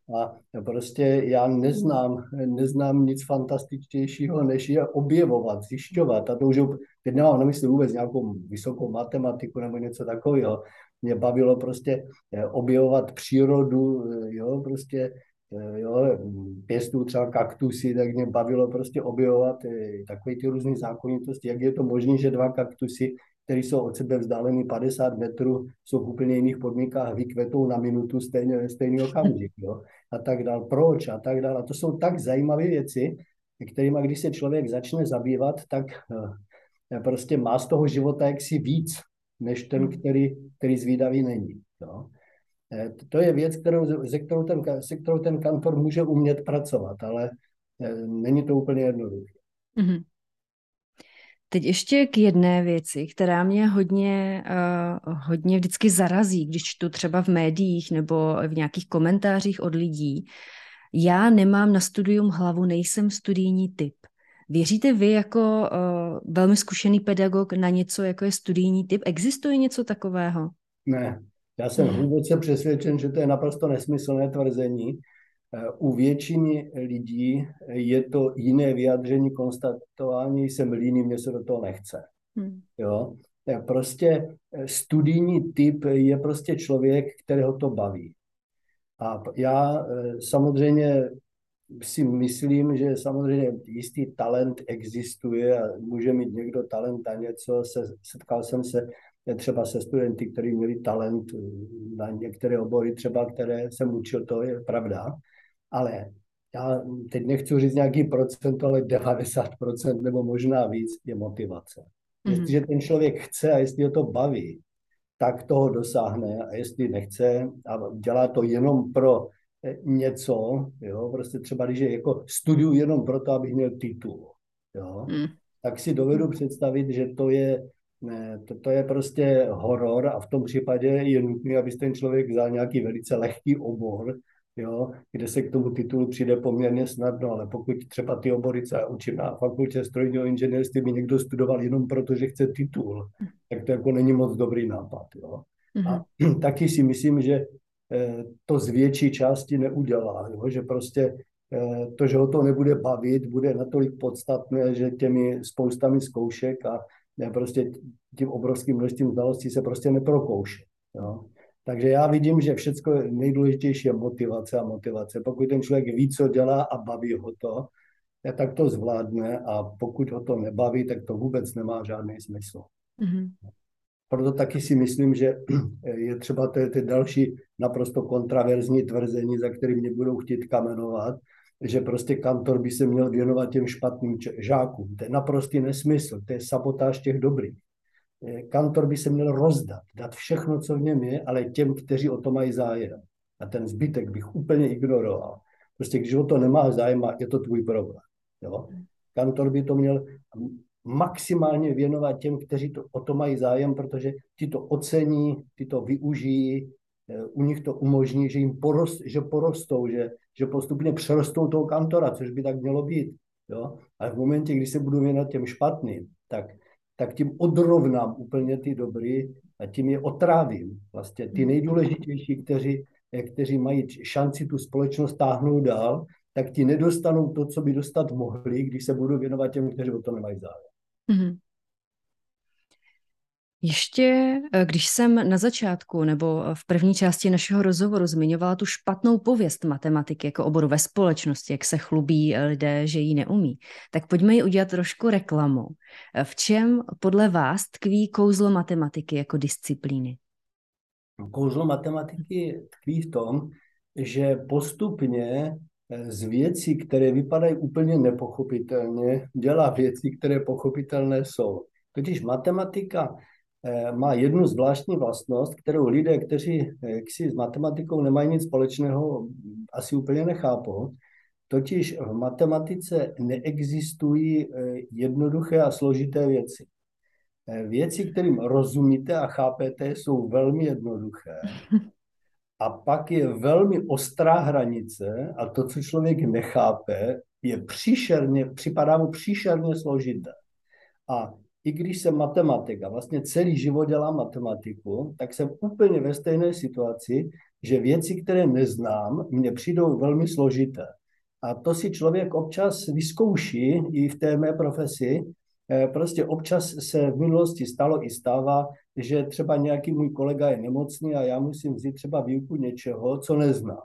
A prostě já neznám, neznám nic fantastičtějšího, než je objevovat, zjišťovat. A to už teď nemám na mysli vůbec nějakou vysokou matematiku nebo něco takového. Mě bavilo prostě objevovat přírodu, jo, prostě jo, pěstuju třeba kaktusy, tak mě bavilo prostě objevovat takové ty různé zákonitosti, jak je to možné, že dva kaktusy, které jsou od sebe vzdálený padesát metrů, jsou v úplně jiných podmínkách, vykvetou na minutu stejně, stejný okamžik, jo, a tak dál, proč a tak dál. A to jsou tak zajímavé věci, kterými, když se člověk začne zabývat, tak prostě má z toho života jaksi víc, než ten, který, který zvídavý není, jo. To je věc, kterou, se, kterou ten, se kterou ten kantor může umět pracovat, ale není to úplně jednoduché. Mm-hmm. Teď ještě k jedné věci, která mě hodně, uh, hodně vždycky zarazí, když čtu třeba v médiích nebo v nějakých komentářích od lidí. Já nemám na studium hlavu, nejsem studijní typ. Věříte vy jako uh, velmi zkušený pedagog na něco, jako je studijní typ? Existuje něco takového? Ne. Já jsem hluboce přesvědčen, že to je naprosto nesmyslné tvrzení. U většiny lidí je to jiné vyjádření, konstatování, jsem líný, mě se do toho nechce. Hmm. Jo? Prostě studijní typ je prostě člověk, kterého to baví. A já samozřejmě si myslím, že samozřejmě jistý talent existuje a může mít někdo talent na něco. Se, setkal jsem se třeba se studenty, kteří měli talent na některé obory, třeba které jsem učil, to je pravda. Ale já teď nechci říct nějaký procent, ale devadesát procent nebo možná víc je motivace. Mm-hmm. Jestliže ten člověk chce a jestli ho to baví, tak toho dosáhne, a jestli nechce a dělá to jenom pro něco, jo, prostě třeba když je jako studiu jenom proto, abych měl titul, jo, mm. tak si dovedu představit, že to je Ne, to, to je prostě horor a v tom případě je nutné, aby ten člověk vzal nějaký velice lehký obor, jo, kde se k tomu titulu přijde poměrně snadno, ale pokud třeba ty obory, co já učím na fakultě strojního inženýrství, by někdo studoval jenom proto, že chce titul, tak to jako není moc dobrý nápad. Jo. A mm-hmm. taky si myslím, že to z větší části neudělá, jo, že prostě to, že ho to nebude bavit, bude natolik podstatné, že těmi spoustami zkoušek a ne, prostě tím obrovským množstvím znalostí se prostě neprokouše. Jo. Takže já vidím, že všechno nejdůležitější je motivace a motivace. Pokud ten člověk ví, co dělá a baví ho to, tak to zvládne a pokud ho to nebaví, tak to vůbec nemá žádný smysl. Mm-hmm. Proto taky si myslím, že je třeba ty, ty další naprosto kontraverzní tvrzení, za kterým mě budou chtít kamenovat, že prostě kantor by se měl věnovat těm špatným žákům. To je naprostý nesmysl, to je sabotáž těch dobrých. Kantor by se měl rozdat, dát všechno, co v něm je, ale těm, kteří o to mají zájem. A ten zbytek bych úplně ignoroval. Prostě když o to nemáš zájem, je to tvůj problém. Jo? Kantor by to měl maximálně věnovat těm, kteří to, o to mají zájem, protože ti to ocení, ti to využijí, u nich to umožní, že jim porost, že porostou, že, že postupně přerostou toho kantora, což by tak mělo být. Jo? Ale v momentě, kdy se budu věnovat těm špatným, tak, tak tím odrovnám úplně ty dobrý a tím je otrávím. Vlastně ty nejdůležitější, kteří, kteří mají šanci tu společnost táhnout dál, tak ti nedostanou to, co by dostat mohli, když se budou věnovat těm, kteří o to nemají zájem. Mm-hmm. Ještě, když jsem na začátku nebo v první části našeho rozhovoru zmiňovala tu špatnou pověst matematiky jako oboru ve společnosti, jak se chlubí lidé, že ji neumí, tak pojďme ji udělat trošku reklamu. V čem podle vás tkví kouzlo matematiky jako disciplíny? Kouzlo matematiky tkví v tom, že postupně z věcí, které vypadají úplně nepochopitelně, dělá věci, které pochopitelné jsou. Totiž matematika má jednu zvláštní vlastnost, kterou lidé, kteří si s matematikou nemají nic společného, asi úplně nechápou. Totiž v matematice neexistují jednoduché a složité věci. Věci, kterým rozumíte a chápete, jsou velmi jednoduché. A pak je velmi ostrá hranice a to, co člověk nechápe, je příšerně, připadá mu příšerně složité. A i když jsem matematik a vlastně celý život dělám matematiku, tak jsem úplně ve stejné situaci, že věci, které neznám, mně přijdou velmi složité. A to si člověk občas vyzkouší i v té mé profesi. Prostě občas se v minulosti stalo i stává, že třeba nějaký můj kolega je nemocný a já musím vzít třeba výuku něčeho, co neznám.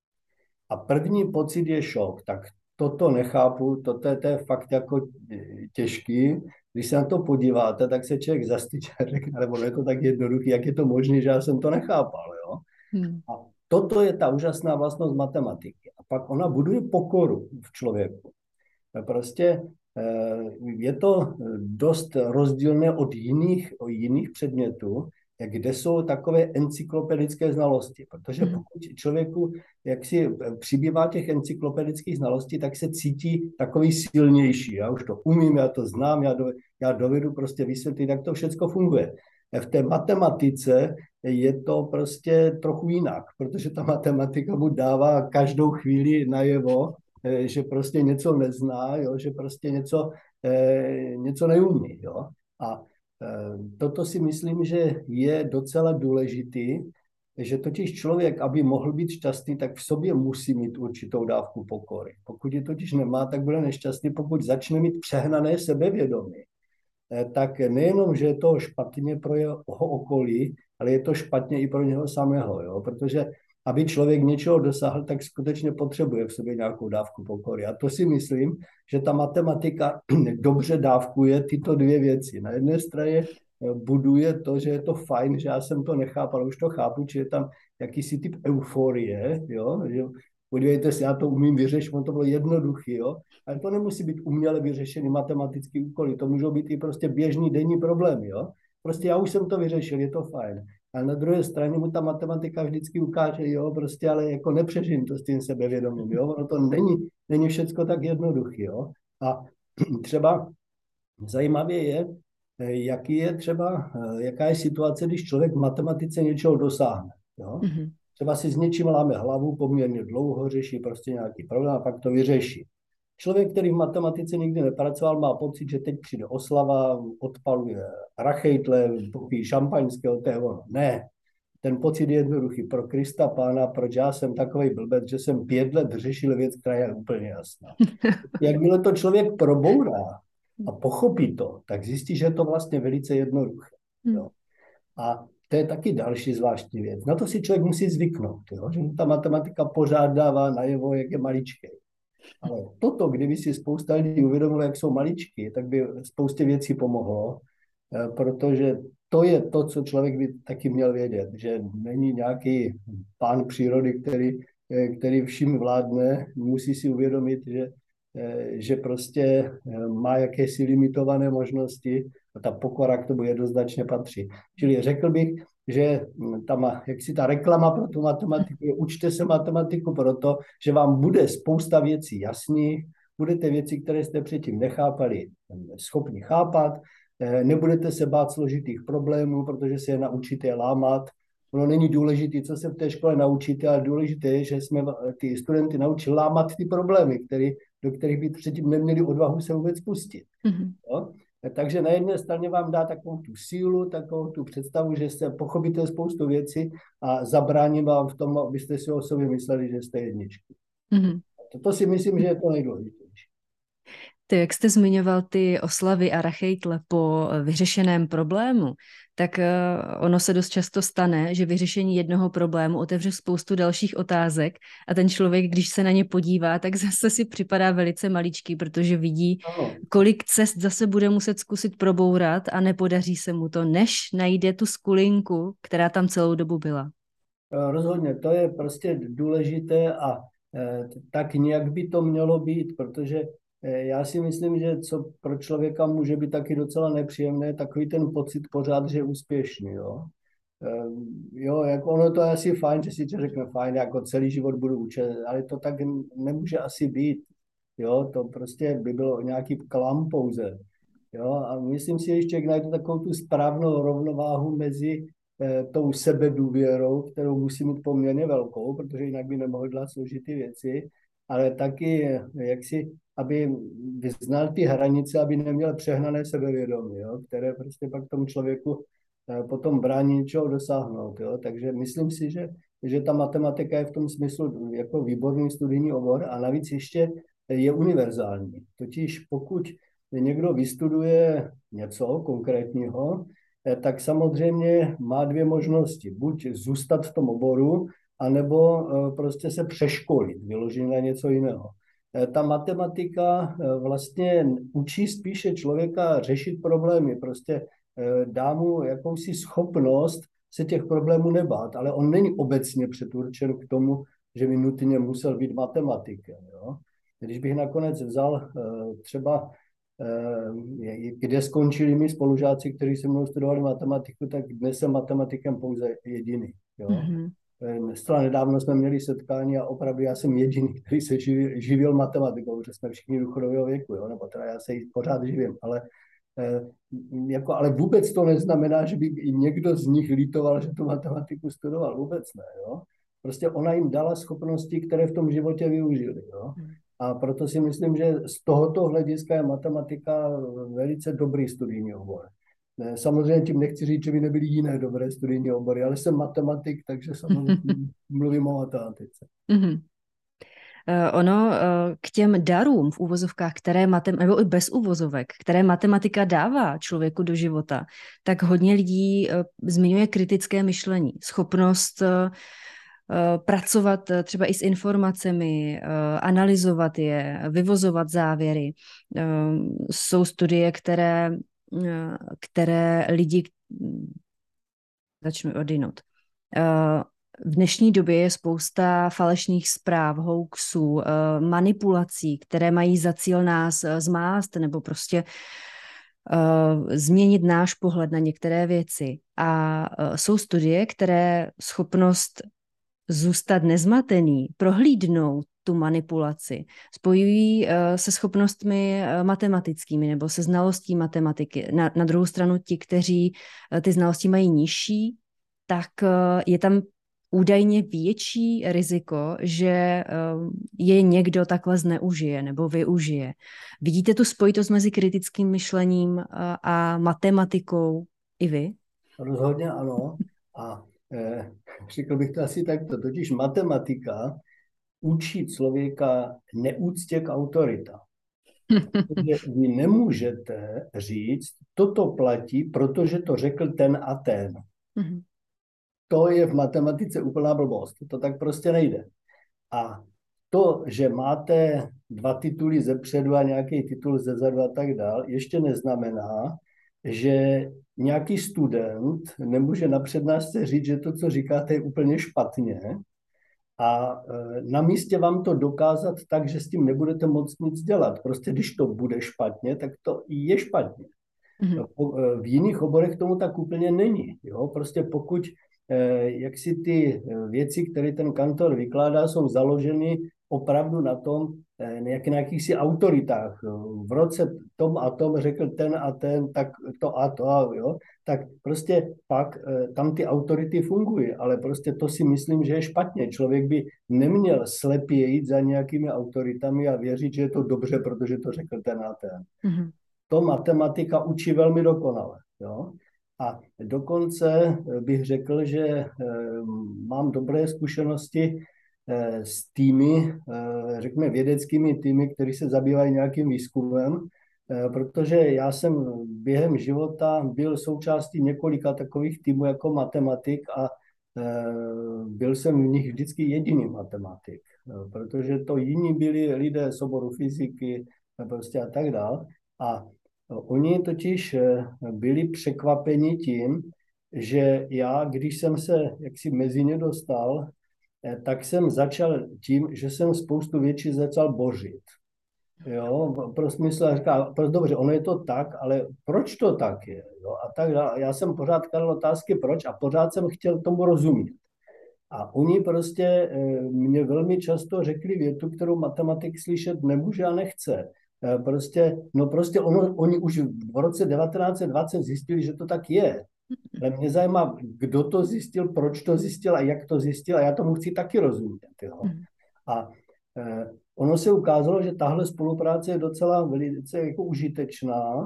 A první pocit je šok. Tak toto nechápu, toto je, to je fakt jako těžký. Když se na to podíváte, tak se člověk zastyče a řekne, nebo je to tak jednoduchý, jak je to možné, že já jsem to nechápal. Jo? Hmm. A toto je ta úžasná vlastnost matematiky. A pak ona buduje pokoru v člověku. Prostě je to dost rozdílné od jiných, od jiných předmětů, kde jsou takové encyklopedické znalosti. Protože pokud člověku jaksi přibývá těch encyklopedických znalostí, tak se cítí takový silnější. Já už to umím, já to znám, já, do, já dovedu prostě vysvětlit, jak to všechno funguje. V té matematice je to prostě trochu jinak, protože ta matematika mu dává každou chvíli najevo, že prostě něco nezná, jo, že prostě něco, eh, něco neumí. Jo. A eh, toto si myslím, že je docela důležitý, že totiž člověk, aby mohl být šťastný, tak v sobě musí mít určitou dávku pokory. Pokud ji totiž nemá, tak bude nešťastný. Pokud začne mít přehnané sebevědomí, eh, tak nejenom, že je to špatně pro jeho okolí, ale je to špatně i pro něho samého, jo, protože aby člověk něčeho dosáhl, tak skutečně potřebuje v sobě nějakou dávku pokory. A to si myslím, že ta matematika dobře dávkuje tyto dvě věci. Na jedné straně buduje to, že je to fajn, že já jsem to nechápal, už to chápu, že je tam jakýsi typ euforie, jo? Že podívejte se, já to umím vyřešit, on to bylo jednoduchý, jo? Ale to nemusí být uměle vyřešený matematický úkoly, to můžou být i prostě běžný denní problémy, jo? Prostě já už jsem to vyřešil, je to fajn. A na druhé straně mu ta matematika vždycky ukáže, jo, prostě, ale jako nepřežím to s tím sebevědomím, jo, ono to není, není všecko tak jednoduché, jo. A třeba zajímavé je, jaký je třeba, jaká je situace, když člověk v matematice něčeho dosáhne, jo. Mm-hmm. Třeba si s něčím láme hlavu, poměrně dlouho řeší prostě nějaký problém a pak to vyřeší. Člověk, který v matematice nikdy nepracoval, má pocit, že teď přijde oslava, odpaluje rachejtle, popíjí šampaňského, to je ono. Ne, ten pocit je jednoduchý. Pro Krista Pána, proč já jsem takovej blbec, že jsem pět let řešil věc, která je úplně jasná. Jakmile to člověk probourá a pochopí to, tak zjistí, že je to vlastně velice jednoduché. Jo. A to je taky další zvláštní věc. Na to si člověk musí zvyknout, jo? Že ta matematika pořád dává najevo, jak je maličký. Ale toto, kdyby si spousta lidí uvědomilo, jak jsou maličky, tak by spoustě věcí pomohlo, protože to je to, co člověk by taky měl vědět, že není nějaký pán přírody, který, který vším vládne, musí si uvědomit, že, že prostě má jakési limitované možnosti a ta pokora k tomu jednoznačně patří. Čili řekl bych, že tam, jak si ta reklama pro tu matematiku je, učte se matematiku proto, že vám bude spousta věcí jasných, budete věci, které jste předtím nechápali, schopni chápat, nebudete se bát složitých problémů, protože se je naučíte lámat. Ono není důležité, co se v té škole naučíte, ale důležité je, že jsme ty studenty naučili lámat ty problémy, které, do kterých by předtím neměli odvahu se vůbec pustit. Mm-hmm. Jo? Takže na jedné straně vám dá takovou tu sílu, takovou tu představu, že se pochopíte spoustu věcí a zabrání vám v tom, abyste si o sobě mysleli, že jste jedničky. Mm-hmm. To si myslím, že je to nejdůležitější. To, jak jste zmiňoval ty oslavy a rachejtle po vyřešeném problému, tak ono se dost často stane, že vyřešení jednoho problému otevře spoustu dalších otázek a ten člověk, když se na ně podívá, tak zase si připadá velice maličký, protože vidí, kolik cest zase bude muset zkusit probourat a nepodaří se mu to, než najde tu skulinku, která tam celou dobu byla. Rozhodně, to je prostě důležité a tak nějak by to mělo být, protože já si myslím, že co pro člověka může být taky docela nepříjemné, takový ten pocit pořád, že je úspěšný, jo. Jo, jako ono to je asi fajn, že si to řekne fajn, jako celý život budu učit, ale to tak nemůže asi být, jo, to prostě by bylo nějaký klam pouze, jo, a myslím si, že člověk najde takovou tu správnou rovnováhu mezi eh, tou sebedůvěrou, kterou musí mít poměrně velkou, protože jinak by nemohl dělat složitý věci, ale taky, jak si, aby vyznal ty hranice, aby neměl přehnané sebevědomí, jo, které prostě pak tomu člověku potom brání něčeho dosáhnout. Jo. Takže myslím si, že že ta matematika je v tom smyslu jako výborný studijní obor a navíc ještě je univerzální. Totiž pokud někdo vystuduje něco konkrétního, tak samozřejmě má dvě možnosti. Buď zůstat v tom oboru, anebo prostě se přeškolit, vyložit na něco jiného. Ta matematika vlastně učí spíše člověka řešit problémy, prostě dá mu jakousi schopnost se těch problémů nebát, ale on není obecně předurčen k tomu, že by nutně musel být matematikem. Jo? Když bych nakonec vzal třeba, kde skončili mi spolužáci, kteří se mnou studovali matematiku, tak dnes jsem matematikem pouze jediný. Jo? Mm-hmm. Zcela nedávno jsme měli setkání a opravdu já jsem jediný, který se živil, živil matematikou, protože jsme všichni důchodového věku, jo? Nebo teda já se jí pořád živím, ale jako, ale vůbec to neznamená, že by i někdo z nich lítoval, že tu matematiku studoval. Vůbec ne. Jo? Prostě ona jim dala schopnosti, které v tom životě využili. Jo? A proto si myslím, že z tohoto hlediska je matematika velice dobrý studijní obor. Samozřejmě tím nechci říct, že by nebyly jiné dobré studijní obory, ale jsem matematik, takže samozřejmě mluvím o matematice. Mm-hmm. Uh, ono uh, k těm darům v úvozovkách, které matem- nebo i bez úvozovek, které matematika dává člověku do života, tak hodně lidí uh, zmiňuje kritické myšlení, schopnost uh, uh, pracovat uh, třeba i s informacemi, uh, analyzovat je, vyvozovat závěry. Uh, jsou studie, které, uh, které lidi... Začnu odinut. Uh, V dnešní době je spousta falešných zpráv, hoaxů, manipulací, které mají za cíl nás zmást nebo prostě uh, změnit náš pohled na některé věci. A uh, jsou studie, které schopnost zůstat nezmatený, prohlídnout tu manipulaci, spojují uh, se schopnostmi uh, matematickými nebo se znalostí matematiky. Na, na druhou stranu ti, kteří uh, ty znalosti mají nižší, tak uh, je tam údajně větší riziko, že je někdo takhle zneužije nebo využije. Vidíte tu spojitost mezi kritickým myšlením a matematikou i vy? Rozhodně ano. A eh, řekl bych to asi takto. Totiž matematika učí člověka neúctě k autoritám. Protože vy nemůžete říct, toto platí, protože to řekl ten a ten. Mm-hmm. To je v matematice úplná blbost. To tak prostě nejde. A to, že máte dva tituly zepředu a nějaký titul zezadu a tak dál, ještě neznamená, že nějaký student nemůže na přednášce říct, že to, co říkáte, je úplně špatně a na místě vám to dokázat tak, že s tím nebudete moc nic dělat. Prostě když to bude špatně, tak to i je špatně. Mm-hmm. V jiných oborech tomu tak úplně není. Jo? Prostě pokud jak si ty věci, které ten kantor vykládá, jsou založeny opravdu na tom, jak na jakýchsi autoritách. V roce tom a tom řekl ten a ten, tak to a to, jo. Tak prostě pak tam ty autority fungují, ale prostě to si myslím, že je špatně. Člověk by neměl slepě jít za nějakými autoritami a věřit, že je to dobře, protože to řekl ten a ten. Mm-hmm. To matematika učí velmi dokonale, jo. A dokonce bych řekl, že mám dobré zkušenosti s týmy, řekněme vědeckými týmy, které se zabývají nějakým výzkumem, protože já jsem během života byl součástí několika takových týmů jako matematik a byl jsem v nich vždycky jediný matematik, protože to jiní byli lidé z oboru fyziky prostě a tak dále. A oni totiž byli překvapeni tím, že já, když jsem se jaksi mezi ně dostal, tak jsem začal tím, že jsem spoustu věcí začal božit. Jo, pro smysl, říká, dobře, ono je to tak, ale proč to tak je? Jo, a tak dále. Já jsem pořád kladl otázky, proč, a pořád jsem chtěl tomu rozumět. A oni prostě mě velmi často řekli větu, kterou matematik slyšet nemůže a nechce. Prostě, no prostě ono, oni už v roce devatenáct set dvacet zjistili, že to tak je. Ale mě zajímá, kdo to zjistil, proč to zjistil a jak to zjistil a já tomu chci taky rozumět. Jo. A eh, ono se ukázalo, že tahle spolupráce je docela velice jako užitečná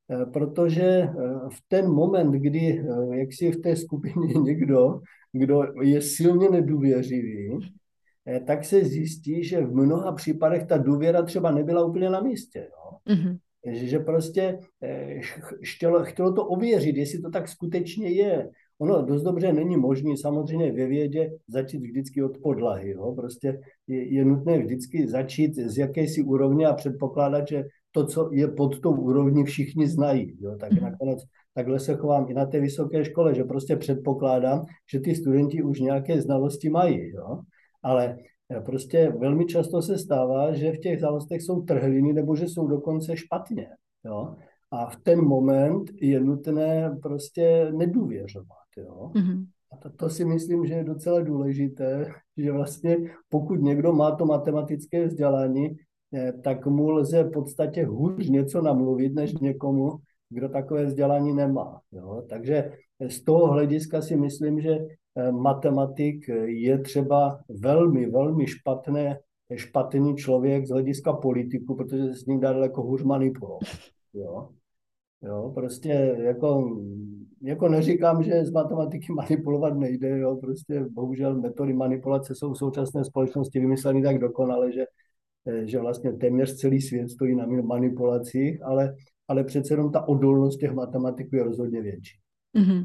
protože v ten moment, kdy jak si v té skupině někdo, kdo je silně nedůvěřivý, tak se zjistí, že v mnoha případech ta důvěra třeba nebyla úplně na místě. No? Mm-hmm. Že prostě chtělo, chtělo to ověřit, jestli to tak skutečně je. Ono dost dobře není možné samozřejmě ve vědě začít vždycky od podlahy. Jo? Prostě je, je nutné vždycky začít z jakési úrovně a předpokládat, že to, co je pod tou úrovní, všichni znají. Jo? Tak mm-hmm. nakonec takhle se chovám i na té vysoké škole, že prostě předpokládám, že ty studenti už nějaké znalosti mají. Jo? Ale prostě velmi často se stává, že v těch znalostech jsou trhliny nebo že jsou dokonce špatně. Jo? A v ten moment je nutné prostě nedůvěřovat. Jo? Mm-hmm. A to, to si myslím, že je docela důležité, že vlastně pokud někdo má to matematické vzdělání, tak mu lze v podstatě hůř něco namluvit, než někomu, kdo takové vzdělání nemá. Jo? Takže z toho hlediska si myslím, že matematik je třeba velmi, velmi špatné, špatný člověk z hlediska politiku, protože se s ním dá daleko hůř manipulovat. Jo? Jo, prostě jako, jako neříkám, že z matematiky manipulovat nejde, jo? Prostě bohužel metody manipulace jsou v současné společnosti vymysleny tak dokonale, že, že vlastně téměř celý svět stojí na manipulacích, ale, ale přece jenom ta odolnost těch matematiků je rozhodně větší. Mm-hmm.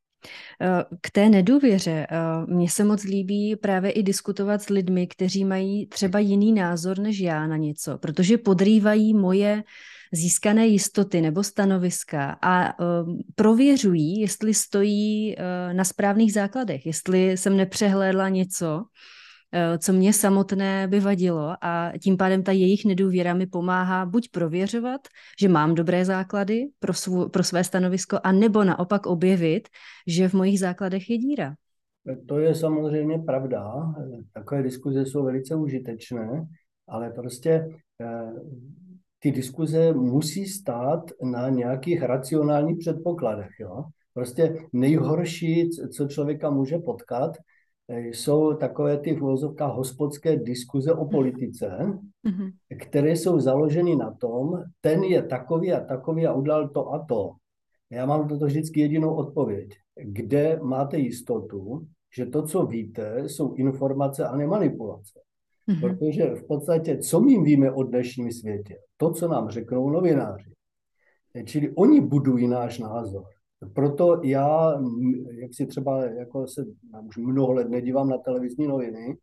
K té nedůvěře mně se moc líbí právě i diskutovat s lidmi, kteří mají třeba jiný názor než já na něco, protože podrývají moje získané jistoty nebo stanoviska a prověřují, jestli stojí na správných základech, jestli jsem nepřehlédla něco, co mě samotné by vadilo, a tím pádem ta jejich nedůvěra mi pomáhá buď prověřovat, že mám dobré základy pro, svů, pro své stanovisko, a nebo naopak objevit, že v mojich základech je díra. To je samozřejmě pravda. Takové diskuze jsou velice užitečné, ale prostě eh, ty diskuze musí stát na nějakých racionálních předpokladech. Jo? Prostě nejhorší, co člověka může potkat, jsou takové ty v uvozovkách hospodské diskuze o politice, mm-hmm. které jsou založeny na tom, ten je takový a takový a udělal to a to. Já mám toto vždycky jedinou odpověď. Kde máte jistotu, že to, co víte, jsou informace a ne manipulace? Mm-hmm. Protože v podstatě, co my víme o dnešním světě? To, co nám řeknou novináři. Čili oni budují náš názor. Proto já, jak si třeba, jako se už mnoho let nedívám na televizní noviny,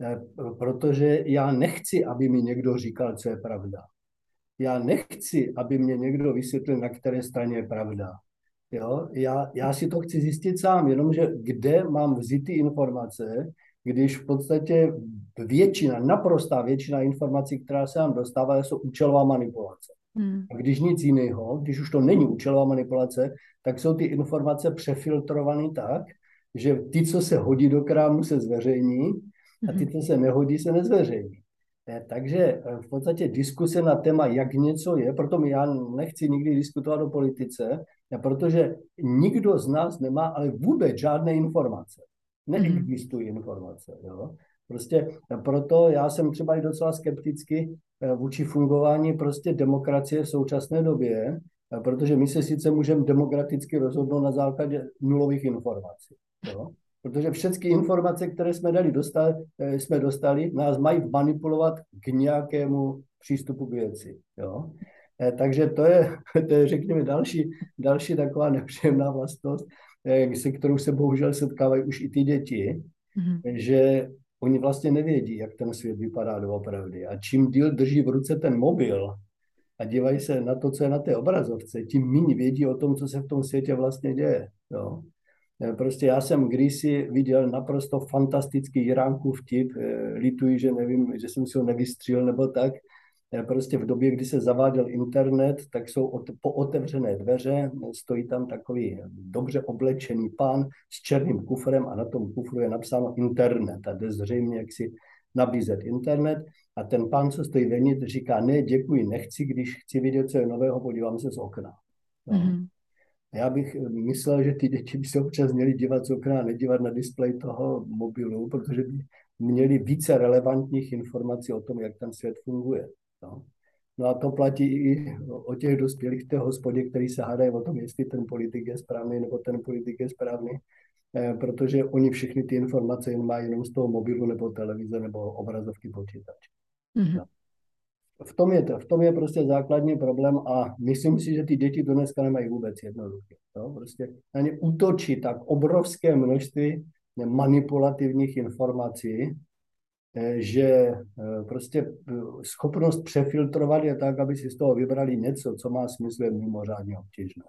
protože já nechci, aby mi někdo říkal, co je pravda. Já nechci, aby mě někdo vysvětlil, na které straně je pravda. Jo? Já, já si to chci zjistit sám, jenomže kde mám vzít ty informace, když v podstatě většina, naprostá většina informací, která se nám dostává, jsou účelová manipulace. Hmm. A když nic jiného, když už to není účelová manipulace, tak jsou ty informace přefiltrované tak, že ty, co se hodí do krámu, se zveřejní a ty, co se nehodí, se nezveřejní. Takže v podstatě diskuse na téma, jak něco je, proto já nechci nikdy diskutovat o politice, protože nikdo z nás nemá ale vůbec žádné informace. Neexistují informace. Jo? Prostě proto já jsem třeba i docela skeptický vůči fungování prostě demokracie v současné době, protože my se sice můžeme demokraticky rozhodnout na základě nulových informací. Jo? Protože všechny informace, které jsme, dali dostali, jsme dostali, nás mají manipulovat k nějakému přístupu k věci. Jo? Takže to je, to je, řekněme, další, další taková nepříjemná vlastnost, se kterou se bohužel setkávají už i ty děti, mm-hmm. že oni vlastně nevědí, jak ten svět vypadá doopravdy. A čím díl drží v ruce ten mobil a dívají se na to, co je na té obrazovce, tím méně vědí o tom, co se v tom světě vlastně děje. Jo? Prostě já jsem kdysi viděl naprosto fantastický Jiránkův vtip, lituji, že nevím, že jsem si ho nevystřelil nebo tak. Prostě v době, kdy se zaváděl internet, tak jsou po otevřené dveře, stojí tam takový dobře oblečený pán s černým kufrem a na tom kufru je napsáno internet a jde zřejmě jak si nabízet internet a ten pán, co stojí vevnitř, říká, ne, děkuji, nechci, když chci vidět, co je nového, podívám se z okna. No. Mm-hmm. Já bych myslel, že ty děti by se občas měly dívat z okna a nedívat na displej toho mobilu, protože by měli více relevantních informací o tom, jak ten svět funguje. No. No a to platí i o těch dospělých v té hospodě, který se hádají o tom, jestli ten politik je správný nebo ten politik je správný, eh, protože oni všechny ty informace jen mají jenom z toho mobilu nebo televize nebo obrazovky počítače. Mm-hmm. No. V tom, je to, v tom je prostě základní problém a myslím si, že ty děti to dneska nemají vůbec jednoduché. No? Prostě na ně útočí tak obrovské množství manipulativních informací, že prostě schopnost přefiltrovat je tak, aby si z toho vybrali něco, co má smysl, je mimořádně obtížné.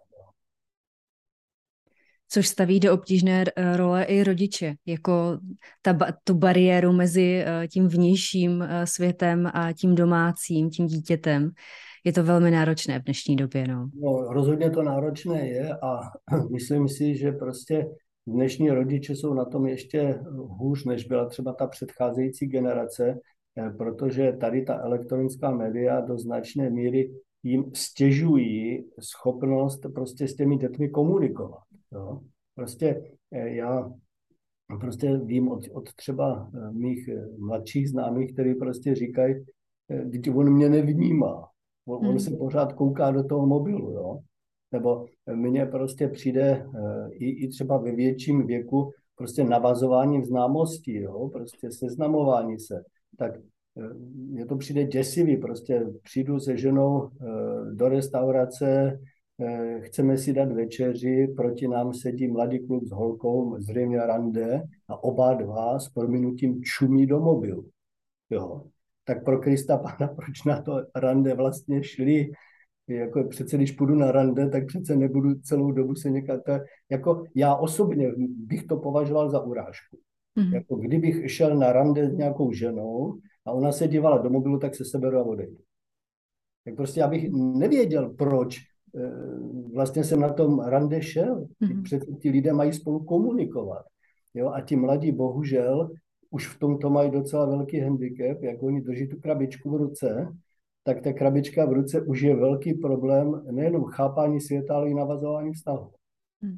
Což staví do obtížné role i rodiče, jako ta, tu bariéru mezi tím vnějším světem a tím domácím, tím dítětem. Je to velmi náročné v dnešní době. No, no rozhodně to náročné je a myslím si, že prostě dnešní rodiče jsou na tom ještě hůř, než byla třeba ta předcházející generace, protože tady ta elektronická média do značné míry jim stěžují schopnost prostě s těmi dětmi komunikovat. Jo? Prostě já prostě vím od, od třeba mých mladších známých, kteří prostě říkají, že on mě nevnímá. On, on se pořád kouká do toho mobilu, jo? Nebo mně prostě přijde i, i třeba ve větším věku prostě navazování známostí, jo? Prostě seznamování se. Tak mně to přijde děsivý, prostě přijdu se ženou do restaurace, chceme si dát večeři, proti nám sedí mladý kluk s holkou, zřejmě rande, a oba dva s prominutím čumí do mobilu. Jo. Tak pro Krista Pána, proč na to rande vlastně šli? Jako přece, když půjdu na rande, tak přece nebudu celou dobu se někam... Jako já osobně bych to považoval za urážku. Mm-hmm. Jako kdybych šel na rande s nějakou ženou a ona se dívala do mobilu, tak se seberu a odejdu. Tak prostě já bych nevěděl, proč vlastně jsem na tom rande šel. Mm-hmm. Přece ti lidé mají spolu komunikovat. Jo? A ti mladí bohužel už v tomto mají docela velký handicap, jak oni drží tu krabičku v ruce, tak ta krabička v ruce už je velký problém nejenom chápání světa, ale i navazování vztahu. Hmm.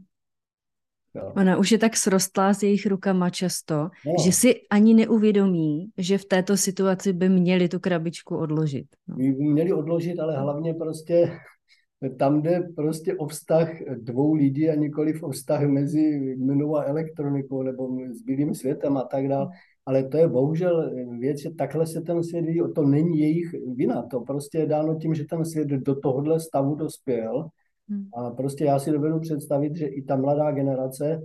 Ona už je tak srostlá s jejich rukama často, no. Že si ani neuvědomí, že v této situaci by měli tu krabičku odložit. No. By měli odložit, ale hlavně prostě tam jde prostě o vztah dvou lidí a nikoliv o vztah mezi mnou a elektronikou nebo s bílým světem a tak dále. Ale to je bohužel věc, že takhle se ten svět ví, to není jejich vina. To prostě je dáno tím, že ten svět do tohohle stavu dospěl. A prostě já si dovedu představit, že i ta mladá generace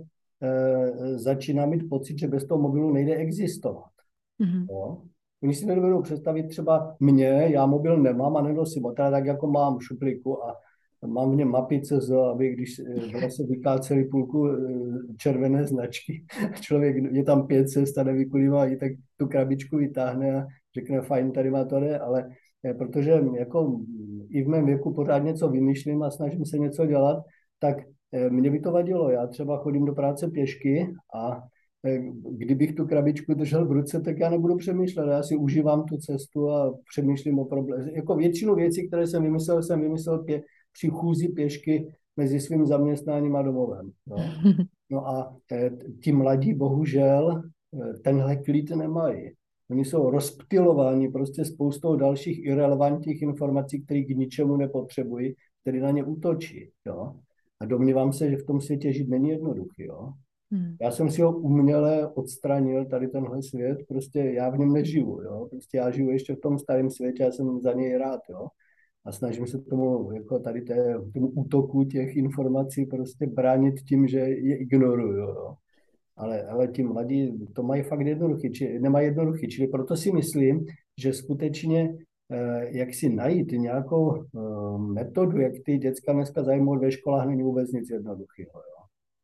e, začíná mít pocit, že bez toho mobilu nejde existovat. Mm-hmm. No. Oni si nedovedou představit třeba mě, já mobil nemám a nenosím, a teda tak jako mám šuplíku a mám v něm mapy C Z, aby když vlastně vykáceli půlku červené značky, člověk je tam pět cest a nevykulívá, i tak tu krabičku vytáhne a řekne, fajn, tady má to jde, ale protože jako i v mém věku pořád něco vymýšlím a snažím se něco dělat, tak mě by to vadilo. Já třeba chodím do práce pěšky a kdybych tu krabičku držel v ruce, tak já nebudu přemýšlet. Já si užívám tu cestu a přemýšlím o problému. Jako většinu věcí, které jsem vymyslel, jsem vymyslel pě- při chůzi pěšky mezi svým zaměstnáním a domovem. No, no a ti mladí bohužel tenhle klid nemají. Oni jsou rozptylováni prostě spoustou dalších irelevantních informací, které k ničemu nepotřebují, které na ně útočí. Jo? A domnívám se, že v tom světě žít není jednoduchý. Jo? Hmm. Já jsem si ho uměle odstranil, tady tenhle svět, prostě já v něm nežiju. Jo? Prostě já žiju ještě v tom starém světě, já jsem za něj rád. Jo? A snažím se tomu, jako tady té, tomu útoku těch informací prostě bránit tím, že je ignoruju. Jo? Ale, ale ti mladí to mají fakt jednoduchý, či nemají jednoduchý. Čili proto si myslím, že skutečně eh, jak si najít nějakou eh, metodu, jak ty děcka dneska zajmout ve školách, není vůbec nic jednoduchého. Jo.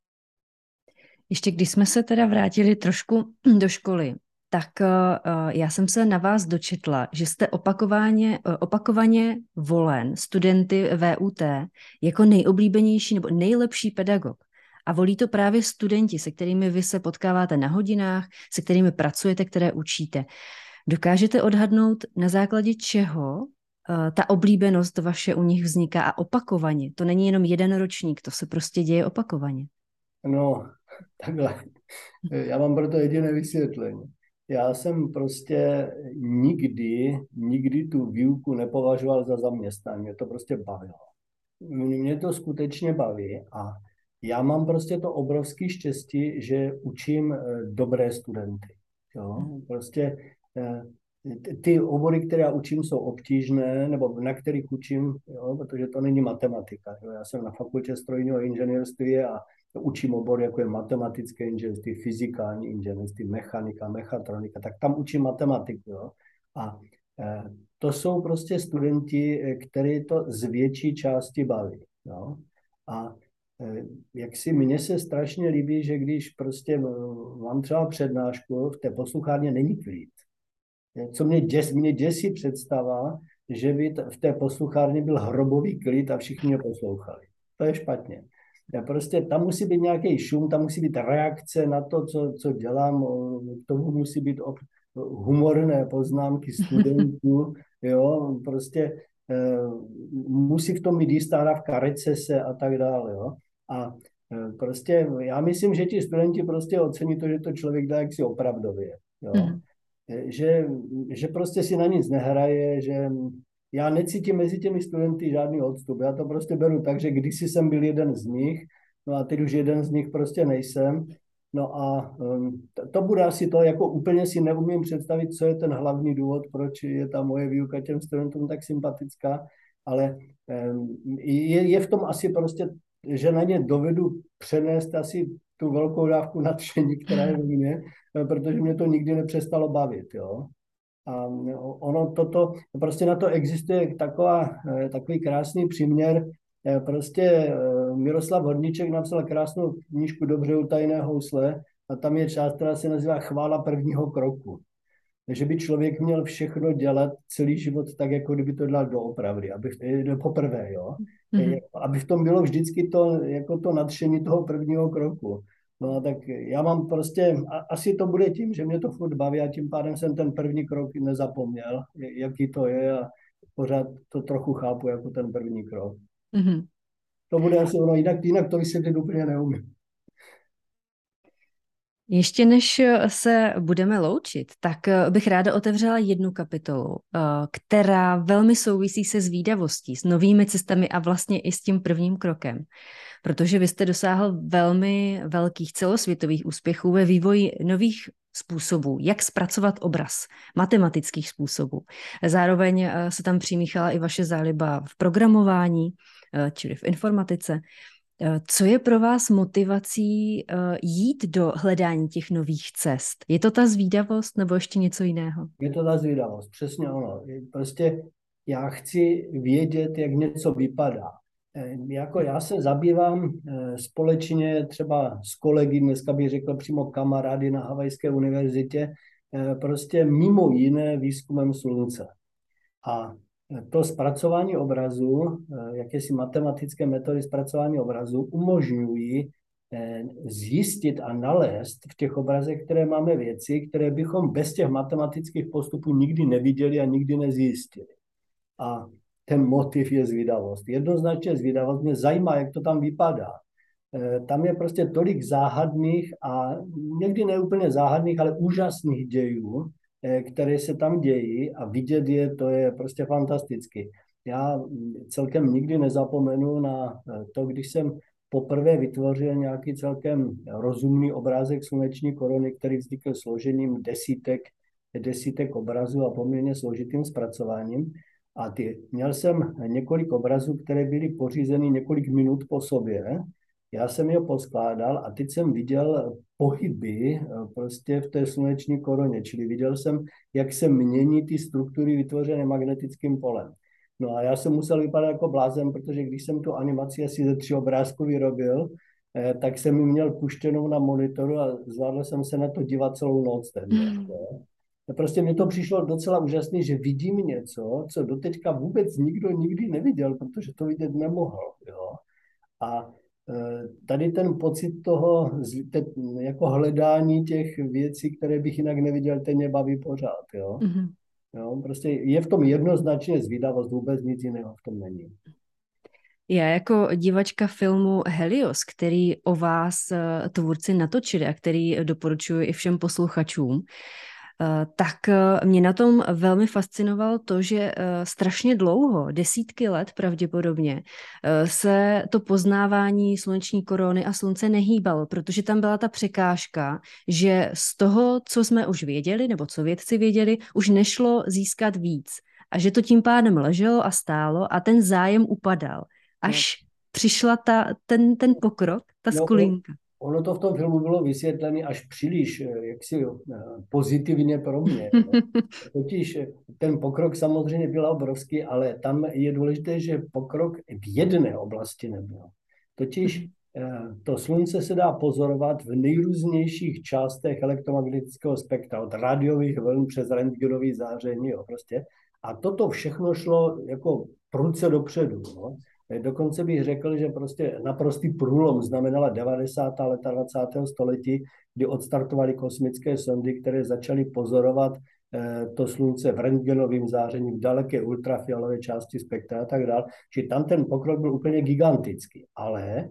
Ještě když jsme se teda vrátili trošku do školy, tak uh, já jsem se na vás dočetla, že jste opakovaně, opakovaně volen studenty V U T jako nejoblíbenější nebo nejlepší pedagog. A volí to právě studenti, se kterými vy se potkáváte na hodinách, se kterými pracujete, které učíte. Dokážete odhadnout, na základě čeho uh, ta oblíbenost vaše u nich vzniká a opakovaně? To není jenom jeden ročník, to se prostě děje opakovaně. No, takhle. Já mám proto jediné vysvětlení. já jsem prostě nikdy, nikdy tu výuku nepovažoval za zaměstnání. Mě to prostě bavilo. Mě to skutečně baví a já mám prostě to obrovské štěstí, že učím eh, dobré studenty. Jo? Prostě eh, ty- ty obory, které já učím, jsou obtížné, nebo na kterých učím, jo? Protože to není matematika. Jo? Já jsem na fakultě strojního inženýrství a učím obor, jako je matematické inženýrství, fyzikální inženýrství, mechanika, mechatronika, tak tam učím matematiku. Jo? A eh, to jsou prostě studenti, eh, který to z větší části baví. Jo? A eh, jak si mně se strašně líbí, že když prostě eh, mám třeba přednášku, v té posluchárně není klid. Co mě, děs, mě děsí představa, že by t- v té posluchárně byl hrobový klid a všichni mě poslouchali. To je špatně. Já prostě tam musí být nějaký šum, tam musí být reakce na to, co, co dělám. o, K tomu musí být op, humorné poznámky studentů, jo, prostě eh, musí v tom být jistá dávka recese a tak dále, jo. A eh, prostě já myslím, že ti studenti prostě ocení to, že to člověk dá jaksi opravdově, jo. Mhm. Že, že prostě si na nic nehraje, že já necítím mezi těmi studenty žádný odstup. Já to prostě beru tak, že kdysi jsem byl jeden z nich, no a teď už jeden z nich prostě nejsem. No a um, to, to bude asi to, jako úplně si neumím představit, co je ten hlavní důvod, proč je ta moje výuka těm studentům tak sympatická, ale um, je, je v tom asi prostě, že na ně dovedu přenést asi tu velkou dávku nadšení, která je ve mně, protože mě to nikdy nepřestalo bavit, jo. A ono toto, prostě na to existuje taková, takový krásný příměr. Prostě Miroslav Hodníček napsal krásnou knížku Dobře utajené housle a tam je část, která se nazývá Chvála prvního kroku. Že by člověk měl všechno dělat celý život tak, jako kdyby to dělal doopravdy, aby poprvé, jo. Mhm. Aby v tom bylo vždycky to, jako to nadšení toho prvního kroku. No tak já mám prostě, asi to bude tím, že mě to furt baví a tím pádem jsem ten první krok nezapomněl, jaký to je a pořád to trochu chápu jako ten první krok. Mhm. To bude asi ono, jinak, jinak to vysvětlit úplně neumím. Ještě než se budeme loučit, tak bych ráda otevřela jednu kapitolu, která velmi souvisí se zvídavostí, s novými cestami a vlastně i s tím prvním krokem. Protože vy jste dosáhl velmi velkých celosvětových úspěchů ve vývoji nových způsobů, jak zpracovat obraz, matematických způsobů. Zároveň se tam přimíchala i vaše záliba v programování, čili v informatice. Co je pro vás motivací jít do hledání těch nových cest? Je to ta zvídavost nebo ještě něco jiného? Je to ta zvídavost, přesně ono. Prostě já chci vědět, jak něco vypadá. Jako já se zabývám společně třeba s kolegy, dneska bych řekl přímo kamarády na Havajské univerzitě, prostě mimo jiné výzkumem slunce. A to zpracování obrazu, jakési matematické metody zpracování obrazu umožňují zjistit a nalézt v těch obrazech, které máme, věci, které bychom bez těch matematických postupů nikdy neviděli a nikdy nezjistili. A ten motiv je zvídavost. Jednoznačně zvídavost. Mě zajímá, jak to tam vypadá. Tam je prostě tolik záhadných a někdy neúplně záhadných, ale úžasných dějů, které se tam dějí a vidět je, to je prostě fantasticky. Já celkem nikdy nezapomenu na to, když jsem poprvé vytvořil nějaký celkem rozumný obrázek sluneční koruny, který vznikl složením desítek, desítek obrazů a poměrně složitým zpracováním. A ty, měl jsem několik obrazů, které byly pořízeny několik minut po sobě. Já jsem je poskládal a teď jsem viděl pohyby prostě v té sluneční koruně, čili viděl jsem, jak se mění ty struktury vytvořené magnetickým polem. No a já jsem musel vypadat jako blázen, protože když jsem tu animaci asi ze tří obrázků vyrobil, eh, tak jsem ji měl puštěnou na monitoru a zvládl jsem se na to dívat celou noc téměř. Mm. Prostě mi to přišlo docela úžasný, že vidím něco, co doteďka vůbec nikdo nikdy neviděl, protože to vidět nemohl. Jo? A tady ten pocit toho jako hledání těch věcí, které bych jinak neviděl, ten mě baví pořád. Jo? Mm-hmm. Jo, prostě je v tom jednoznačně zvídavost, vůbec nic jiného v tom není. Já jako divačka filmu Helios, který o vás tvůrci natočili a který doporučuji i všem posluchačům, tak mě na tom velmi fascinovalo to, že strašně dlouho, desítky let pravděpodobně, se to poznávání sluneční korony a slunce nehýbalo, protože tam byla ta překážka, že z toho, co jsme už věděli, nebo co vědci věděli, už nešlo získat víc. A že to tím pádem leželo a stálo a ten zájem upadal. Až no. přišla ta, ten, ten pokrok, ta no, skulinka. Ono to v tom filmu bylo vysvětlené až příliš jaksi pozitivně pro mě. Totiž ten pokrok samozřejmě byl obrovský, ale tam je důležité, že pokrok v jedné oblasti nebyl. Totiž to slunce se dá pozorovat v nejrůznějších částech elektromagnetického spektra, od rádiových vln přes rentgenový záření. Jo, prostě. A toto všechno šlo jako prudce dopředu. No. Dokonce bych řekl, že prostě naprostý průlom znamenala devadesátá léta dvacátého století, kdy odstartovaly kosmické sondy, které začaly pozorovat eh, to slunce v rentgenovém záření, v daleké ultrafialové části spektra a tak dále. Čiže tam ten pokrok byl úplně gigantický. Ale eh,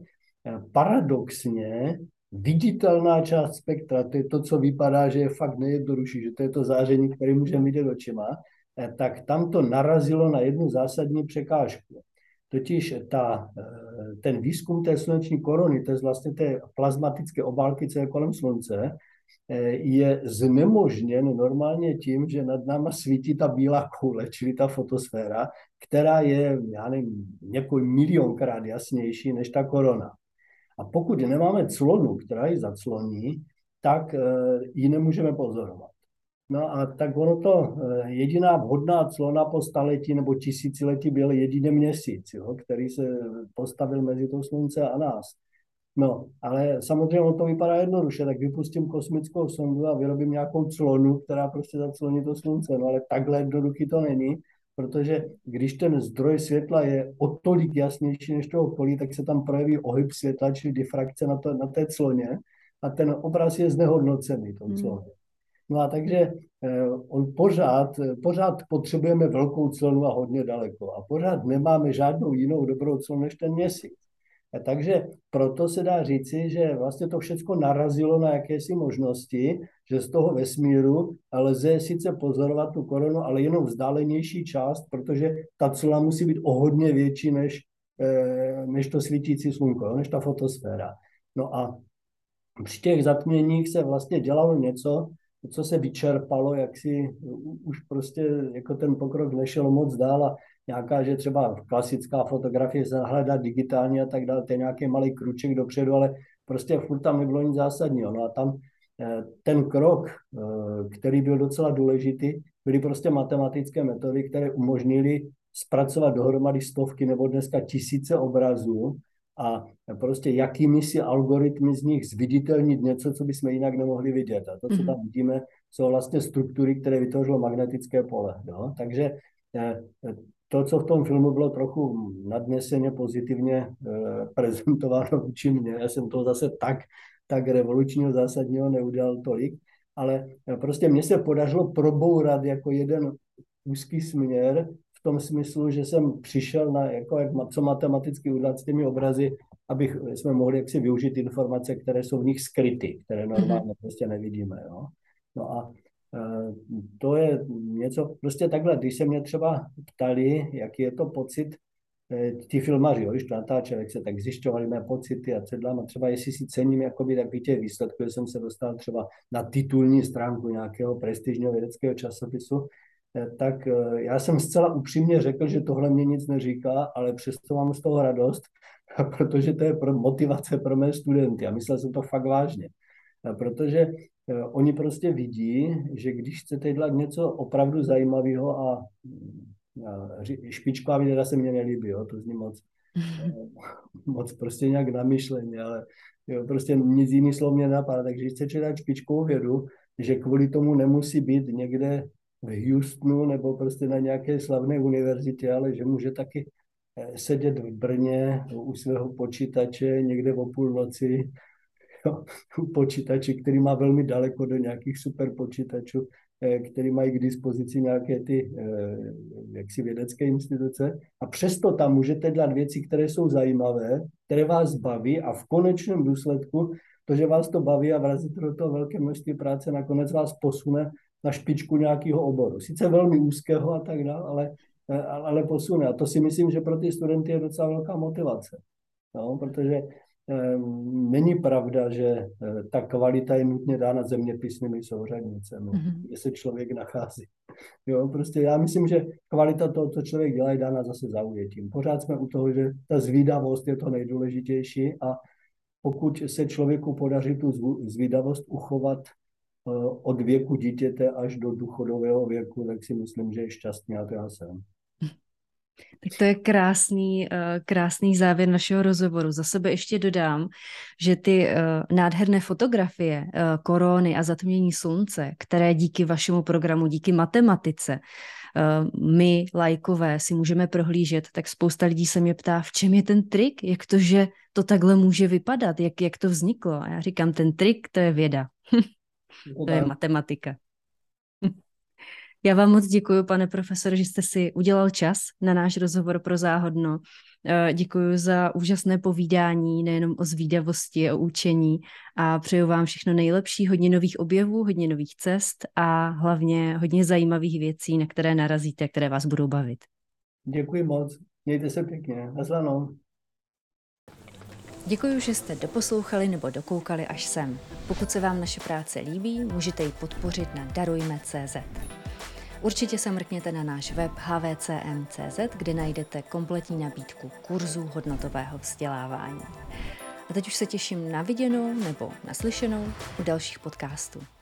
paradoxně viditelná část spektra, to je to, co vypadá, že je fakt nejjednodušší, že to je to záření, které můžeme vidět očima, eh, tak tam to narazilo na jednu zásadní překážku. Totiž ta, ten výzkum té sluneční korony, to je vlastně té plazmatické obálky, co je kolem slunce, je znemožněn normálně tím, že nad náma svítí ta bílá koule, čili ta fotosféra, která je, já nevím, několik milionkrát jasnější než ta korona. A pokud nemáme clonu, která ji zacloní, tak ji nemůžeme pozorovat. No a tak ono to, jediná vhodná clona po staletí nebo tisíciletí byl jediný měsíc, jo, který se postavil mezi to slunce a nás. No, ale samozřejmě on to vypadá jednoduše, tak vypustím kosmickou sondu a vyrobím nějakou clonu, která prostě zacloní to slunce. No ale takhle jednoduchý to není, protože když ten zdroj světla je o tolik jasnější než to okolí, tak se tam projeví ohyb světla, čili difrakce na, to, na té cloně a ten obraz je znehodnocený, tom cloně. No a takže eh, on pořád, pořád potřebujeme velkou clonu a hodně daleko. A pořád nemáme žádnou jinou dobrou clonu než ten měsíc. A takže proto se dá říci, že vlastně to všechno narazilo na jakési možnosti, že z toho vesmíru lze sice pozorovat tu korunu, ale jenom vzdálenější část, protože ta clona musí být o hodně větší než, eh, než to svítící slunko, než ta fotosféra. No a při těch zatměních se vlastně dělalo něco, co se vyčerpalo, jak si už prostě jako ten pokrok nešel moc dál a nějaká, že třeba klasická fotografie se hledá digitálně a tak dále, to je nějaký malý kruček dopředu, ale prostě furt tam nebylo nic zásadního. No a tam ten krok, který byl docela důležitý, byly prostě matematické metody, které umožnily zpracovat dohromady stovky nebo dneska tisíce obrazů a prostě jakými si algoritmy z nich zviditelnit něco, co bychom jinak nemohli vidět. A to, co tam vidíme, jsou vlastně struktury, které vytvořilo magnetické pole. Jo? Takže to, co v tom filmu bylo trochu nadneseně pozitivně prezentováno vůči mně, já jsem to zase tak, tak revolučního zásadního neudělal tolik, ale prostě mně se podařilo probourat jako jeden úzký směr v tom smyslu, že jsem přišel na, jako jak, co matematicky udělat s těmi obrazy, abych jsme mohli jaksi využít informace, které jsou v nich skryty, které normálně prostě nevidíme. Jo? No a e, to je něco, prostě takhle, když se mě třeba ptali, jaký je to pocit, e, ti filmaři, jo, když to natáčeli, jak se tak zjišťovali mé pocity a cedlám, a třeba jestli si cením jakoby takový těch výsledků, že jsem se dostal třeba na titulní stránku nějakého prestižního vědeckého časopisu, tak já jsem zcela upřímně řekl, že tohle mě nic neříká, ale přesto mám z toho radost, protože to je pro motivace pro mé studenty. A myslel jsem to fakt vážně. Protože oni prostě vidí, že když chcete dělat něco opravdu zajímavého a, a špičková videa se mně nelíbí, jo, to zní moc, moc prostě nějak namyšleně, ale jo, prostě nic jiný slov mě napadá. Takže když chcete dělat špičkovou vědu, že kvůli tomu nemusí být někde v Houstonu nebo prostě na nějaké slavné univerzitě, ale že může taky sedět v Brně u svého počítače někde o půlnoci, jo, u počítače, který má velmi daleko do nějakých super počítačů, který mají k dispozici nějaké ty jaksi vědecké instituce a přesto tam můžete dělat věci, které jsou zajímavé, které vás baví a v konečném důsledku to, že vás to baví a vrazíte do toho velké množství práce, nakonec vás posune na špičku nějakého oboru. Sice velmi úzkého a tak dále, ale, ale posune. A to si myslím, že pro ty studenty je docela velká motivace. No, protože eh, není pravda, že eh, ta kvalita je nutně dána zeměpisnými souřadnicemi, mm-hmm. kde se člověk nachází. Jo, prostě já myslím, že kvalita toho, co člověk dělá, je dána zase zaujetím. Pořád jsme u toho, že ta zvídavost je to nejdůležitější a pokud se člověku podaří tu zvídavost uchovat od věku dítěte až do důchodového věku, tak si myslím, že je šťastný a to já jsem. Tak to je krásný, krásný závěr našeho rozhovoru. Za sebe ještě dodám, že ty nádherné fotografie korony a zatmění slunce, které díky vašemu programu, díky matematice, my, lajkové, si můžeme prohlížet, tak spousta lidí se mě ptá, v čem je ten trik, jak to, že to takhle může vypadat, jak, jak to vzniklo. A já říkám, ten trik, to je věda. To je matematika. Já vám moc děkuji, pane profesore, že jste si udělal čas na náš rozhovor pro Záhodno. Děkuji za úžasné povídání, nejenom o zvídavosti, o učení a přeju vám všechno nejlepší, hodně nových objevů, hodně nových cest a hlavně hodně zajímavých věcí, na které narazíte a které vás budou bavit. Děkuji moc. Mějte se pěkně. Naschledanou. Děkuji, že jste doposlouchali nebo dokoukali až sem. Pokud se vám naše práce líbí, můžete ji podpořit na darujme tečka cé zet. Určitě se mrkněte na náš web h v c m tečka cé zet, kde najdete kompletní nabídku kurzů hodnotového vzdělávání. A teď už se těším na viděnou nebo naslyšenou u dalších podcastů.